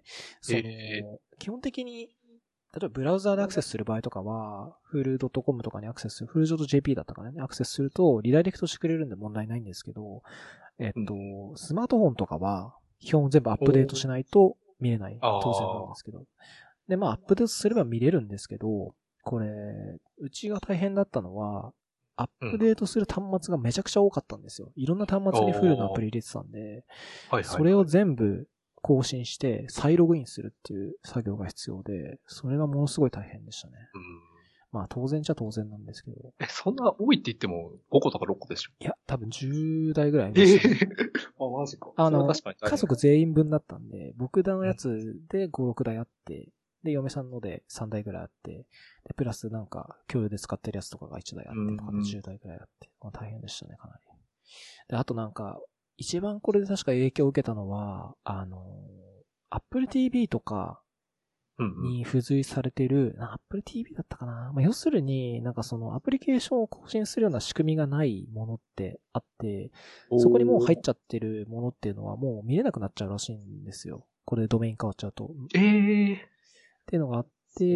その、 え基本的に、例えばブラウザーでアクセスする場合とかは、フールドットコム とかにアクセスする、フールドットジェーピー だったかなね、アクセスすると、リダイレクトしてくれるんで問題ないんですけど、えっと、うん、スマートフォンとかは、基本全部アップデートしないと見れない。当然なんですけど。で、まあ、アップデートすれば見れるんですけど、これ、うちが大変だったのは、アップデートする端末がめちゃくちゃ多かったんですよ。いろんな端末にフルのアプリ入れてたんで、はいはい、それを全部更新して再ログインするっていう作業が必要で、それがものすごい大変でしたね。うん、まあ当然じゃ当然なんですけど。 え、そんな多いって言ってもごことかろっこでしょ？ いや、多分じゅうだいぐらいありましたね。 えー、あ、マジか。 あの、家族全員分だったんで、僕のやつでご、ろくだいあって、で、嫁さんのでさんだいぐらいあって、で、プラスなんか、共有で使ってるやつとかがいちだいあってとかでじゅうだいぐらいあって、まあ、大変でしたね、かなり。で、あとなんか、一番これで確か影響を受けたのは、あの、Apple ティーブイ とかに付随されてる、うんうん、Apple ティーブイ だったかな、まあ、要するになんかそのアプリケーションを更新するような仕組みがないものってあって、そこにもう入っちゃってるものっていうのはもう見れなくなっちゃうらしいんですよ。これでドメイン変わっちゃうと。 えーっていうのがあって、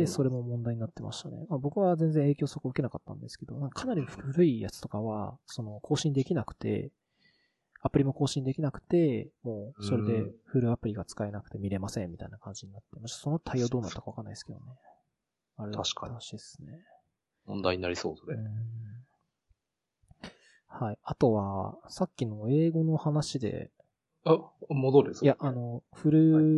それも問題になってましたね。まあ、僕は全然影響そこ受けなかったんですけど、かなり古いやつとかは、その更新できなくて、アプリも更新できなくて、もうそれでフルアプリが使えなくて見れませんみたいな感じになって、その対応どうなったかわかんないですけどね。あれだったらしいですね。 問題になりそうそれ。 はい。あとは、さっきの英語の話で、 あ、戻るいや、あの、フル、はい、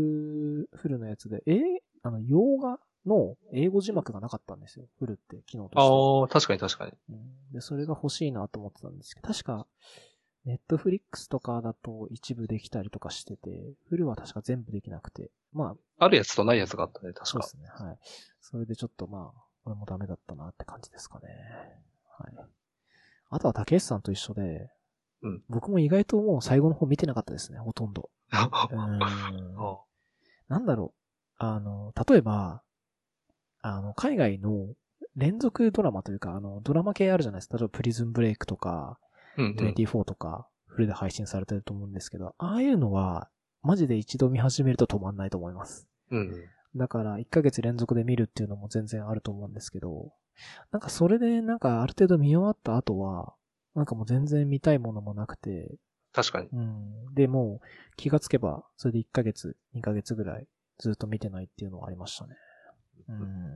フルのやつで、えーあの、洋画の英語字幕がなかったんですよ。フルって機能として。 ああ、確かに確かに、 うん。で、それが欲しいなと思ってたんですけど、確か、ネットフリックスとかだと一部できたりとかしてて、フルは確か全部できなくて。まあ。 あるやつとないやつがあったね、確か。 そうですね、はい。それでちょっとまあ、これもダメだったなって感じですかね。はい。あとは竹内さんと一緒で、うん、僕も意外ともう最後の方見てなかったですね、ほとんど。うーんなんだろう。あの、例えば、あの、海外の連続ドラマというか、あの、ドラマ系あるじゃないですか。例えばプリズンブレイクとか、うんうん、にじゅうよんとか、フルで配信されてると思うんですけど、ああいうのは、マジで一度見始めると止まんないと思います。うん、だから、いっかげつ連続で見るっていうのも全然あると思うんですけど、なんかそれでなんかある程度見終わった後は、なんかもう全然見たいものもなくて。 確かに。 うん。で、もう気がつけば、それでいっかげつ、にかげつぐらいずっと見てないっていうのはありましたね。うん。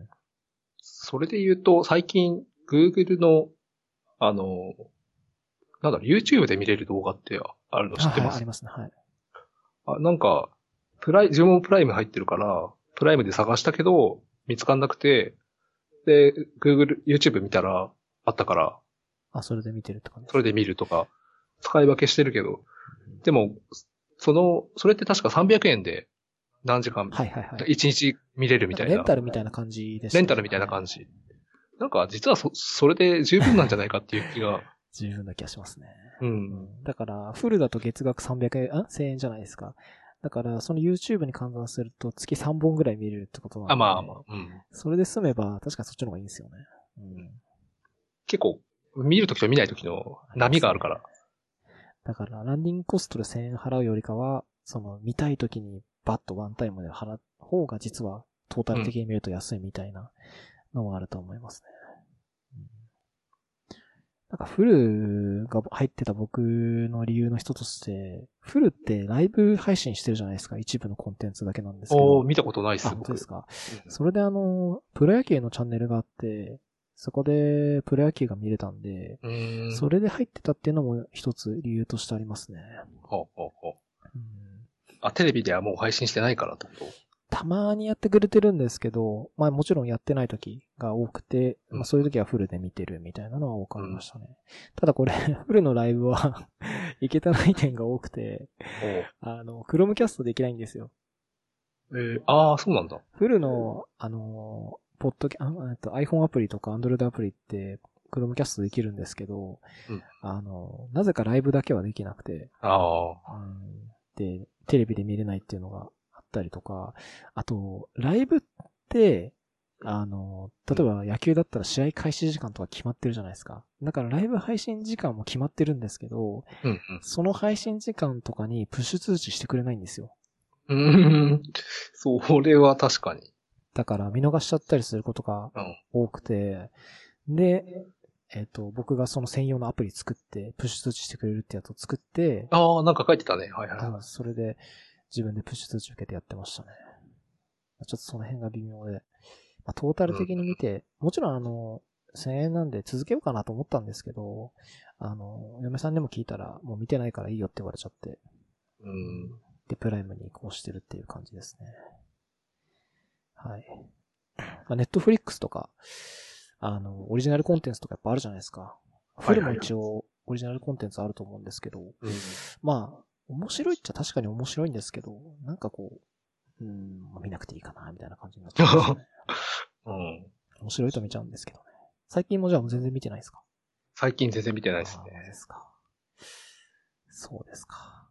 それで言うと、最近、Google の、あの、なんだろう、YouTube で見れる動画ってあるの知ってます？ はい、ありますね、はい。 あ、なんか、プライ、自分もプライム入ってるから、プライムで探したけど、見つかんなくて、で、Google、YouTube 見たら、あったから。 あ、それで見てるとかね。 それで見るとか、使い分けしてるけど、でも、その、それって確かさんびゃくえんで何時間、 はいはいはい。 いちにち見れるみたいな。 レンタルみたいな感じですね。レンタルみたいな感じ。はい、なんか、実はそ、それで十分なんじゃないかっていう気が。 十分な気がしますね。 うん。 だから、フルだと月額さんびゃくえん、あ ?せんえんじゃないですか。だから、その YouTube に換算すると月さんぼんぐらい見れるってことなんで。 あ、まあまあ。うん。 それで済めば、確かにそっちの方がいいんですよね。うん、 結構、見るときと見ないときの波があるから。 だから、ランディングコストでせんえん払うよりかは、その、見たいときにバッとワンタイムで払う方が実は、トータル的に見ると安いみたいなのはあると思いますね。うん、なんか、フルが入ってた僕の理由の一つとして、フルってライブ配信してるじゃないですか。一部のコンテンツだけなんですけど。 おー、見たことないっす。 あ、本当ですか。うん、それであの、プロ野球のチャンネルがあって、そこでプロ野球が見れたんで、 うんそれで入ってたっていうのも一つ理由としてありますね。 ほうほうほう。うん、あ、テレビではもう配信してないからってこと？ たまにやってくれてるんですけど、まあもちろんやってない時が多くて、 うん、 まあそういう時はフルで見てるみたいなのは多くありましたね。うん、ただこれ、フルのライブは、いけたない点が多くて、あの、Chromecast できないんですよ。 えー、ああ、そうなんだ。 フルの、あの、ポッドキャ、あと iPhone アプリとか Android アプリって、Chromecast できるんですけど、うん、あの、なぜかライブだけはできなくて、 ああ、 うん、で、テレビで見れないっていうのがあったりとか、あと、ライブって、あの、例えば野球だったら試合開始時間とか決まってるじゃないですか。だからライブ配信時間も決まってるんですけど、 うんうん、 その配信時間とかにプッシュ通知してくれないんですよ。 うーん、それは確かに。 だから見逃しちゃったりすることが多くて、うん、で、えっと、僕がその専用のアプリ作って、プッシュ通知してくれるってやつを作って、 ああ、なんか書いてたね。はいはい、はい。 それで自分でプッシュ通知受けてやってましたね。ちょっとその辺が微妙で。まあ、トータル的に見て、うん、もちろんあの、せんえんなんで続けようかなと思ったんですけど、あの、嫁さんにも聞いたら、もう見てないからいいよって言われちゃって、 うん、 で、プライムに移行してるっていう感じですね。はい。まあ、ネットフリックスとか、あの、オリジナルコンテンツとかやっぱあるじゃないですか。フルも一応、オリジナルコンテンツあると思うんですけど、うん、まあ、面白いっちゃ確かに面白いんですけど、なんかこう、うん、まあ、見なくていいかな、みたいな感じになっちゃいますね。うん。面白いと見ちゃうんですけどね。最近もじゃあ全然見てないですか？ 最近全然見てないですね。 そうですか。そうですか。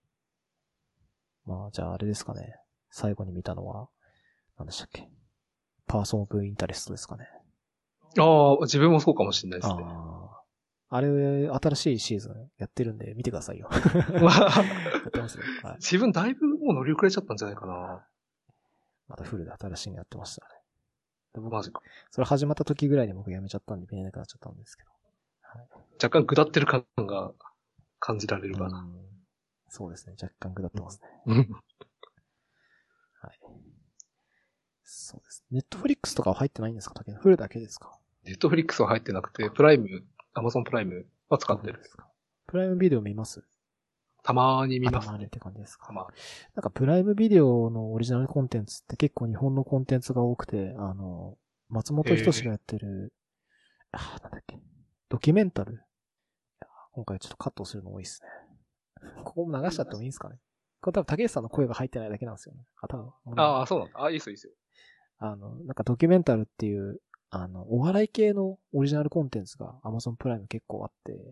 まあ、じゃああれですかね。最後に見たのは、何でしたっけ？パーソンオブインタレストですかね。 ああ、自分もそうかもしれないですね。 ああ。あれ、新しいシーズンやってるんで見てくださいよ。やってますよ。はい、 自分だいぶもう乗り遅れちゃったんじゃないかな。 またフルで新しいのやってましたね。 マジか。 それ始まった時ぐらいに僕やめちゃったんで見れなくなっちゃったんですけど。 はい、若干下ってる感が感じられるかな。 そうですね。若干下ってますね。はい。そうです。ネットフリックスとかは入ってないんですか？フルだけですか？ ネットフリックスは入ってなくて、プライム、アマゾンプライムは使ってる。ですか？ プライムビデオ見ます？ たまーに見ます、ね。 たまーにって感じですか？ たまーに。 なんかプライムビデオのオリジナルコンテンツって結構日本のコンテンツが多くて、あの、松本人志がやってる、あ、なんだっけ、ドキュメンタル。今回ちょっとカットするの多いですね。ここも流しちゃってもいいんですかね？これ多分竹内さんの声が入ってないだけなんですよね。あ、多分。 ああ、そうなんだ。あ、いいですよ、いいですよ。 あの、なんかドキュメンタルっていう、あの、お笑い系のオリジナルコンテンツが Amazon プライム結構あって、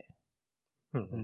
うん、うん。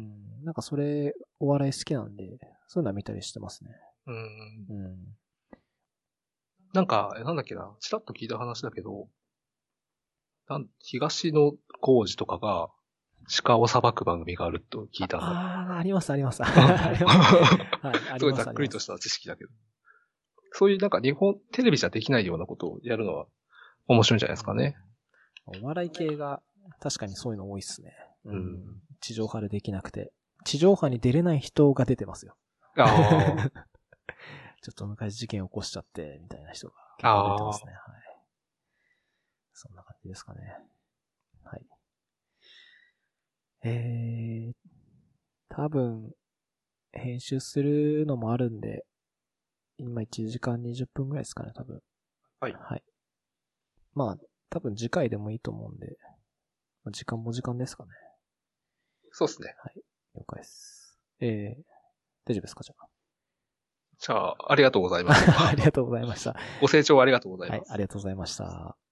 なんかそれ、お笑い好きなんで、そういうのは見たりしてますね。 うん。 うん。 なんか、なんだっけな、ちらっと聞いた話だけど、なん東野幸治とかが鹿を裁く番組があると聞いたんだ。 ああ、あります、あります。あります。はい、 すごいざっくりとした知識だけど。そういうなんか日本、テレビじゃできないようなことをやるのは面白いんじゃないですかね。 うん、お笑い系が確かにそういうの多いっすね。うん。地上波でできなくて。地上波に出れない人が出てますよ。ああ。ちょっと昔事件起こしちゃって、みたいな人が結構出てますね。はい。そんな感じですかね。はい。えー、多分、編集するのもあるんで、今いちじかんにじゅっぷんぐらいですかね、多分。 はい。 はい。まあ、多分次回でもいいと思うんで、時間も時間ですかね。 そうですね。 はい。了解です。えー、大丈夫ですか、じゃあ。 じゃあ、ありがとうございました。 ありがとうございました。 ご清聴ありがとうございます。 はい、ありがとうございました。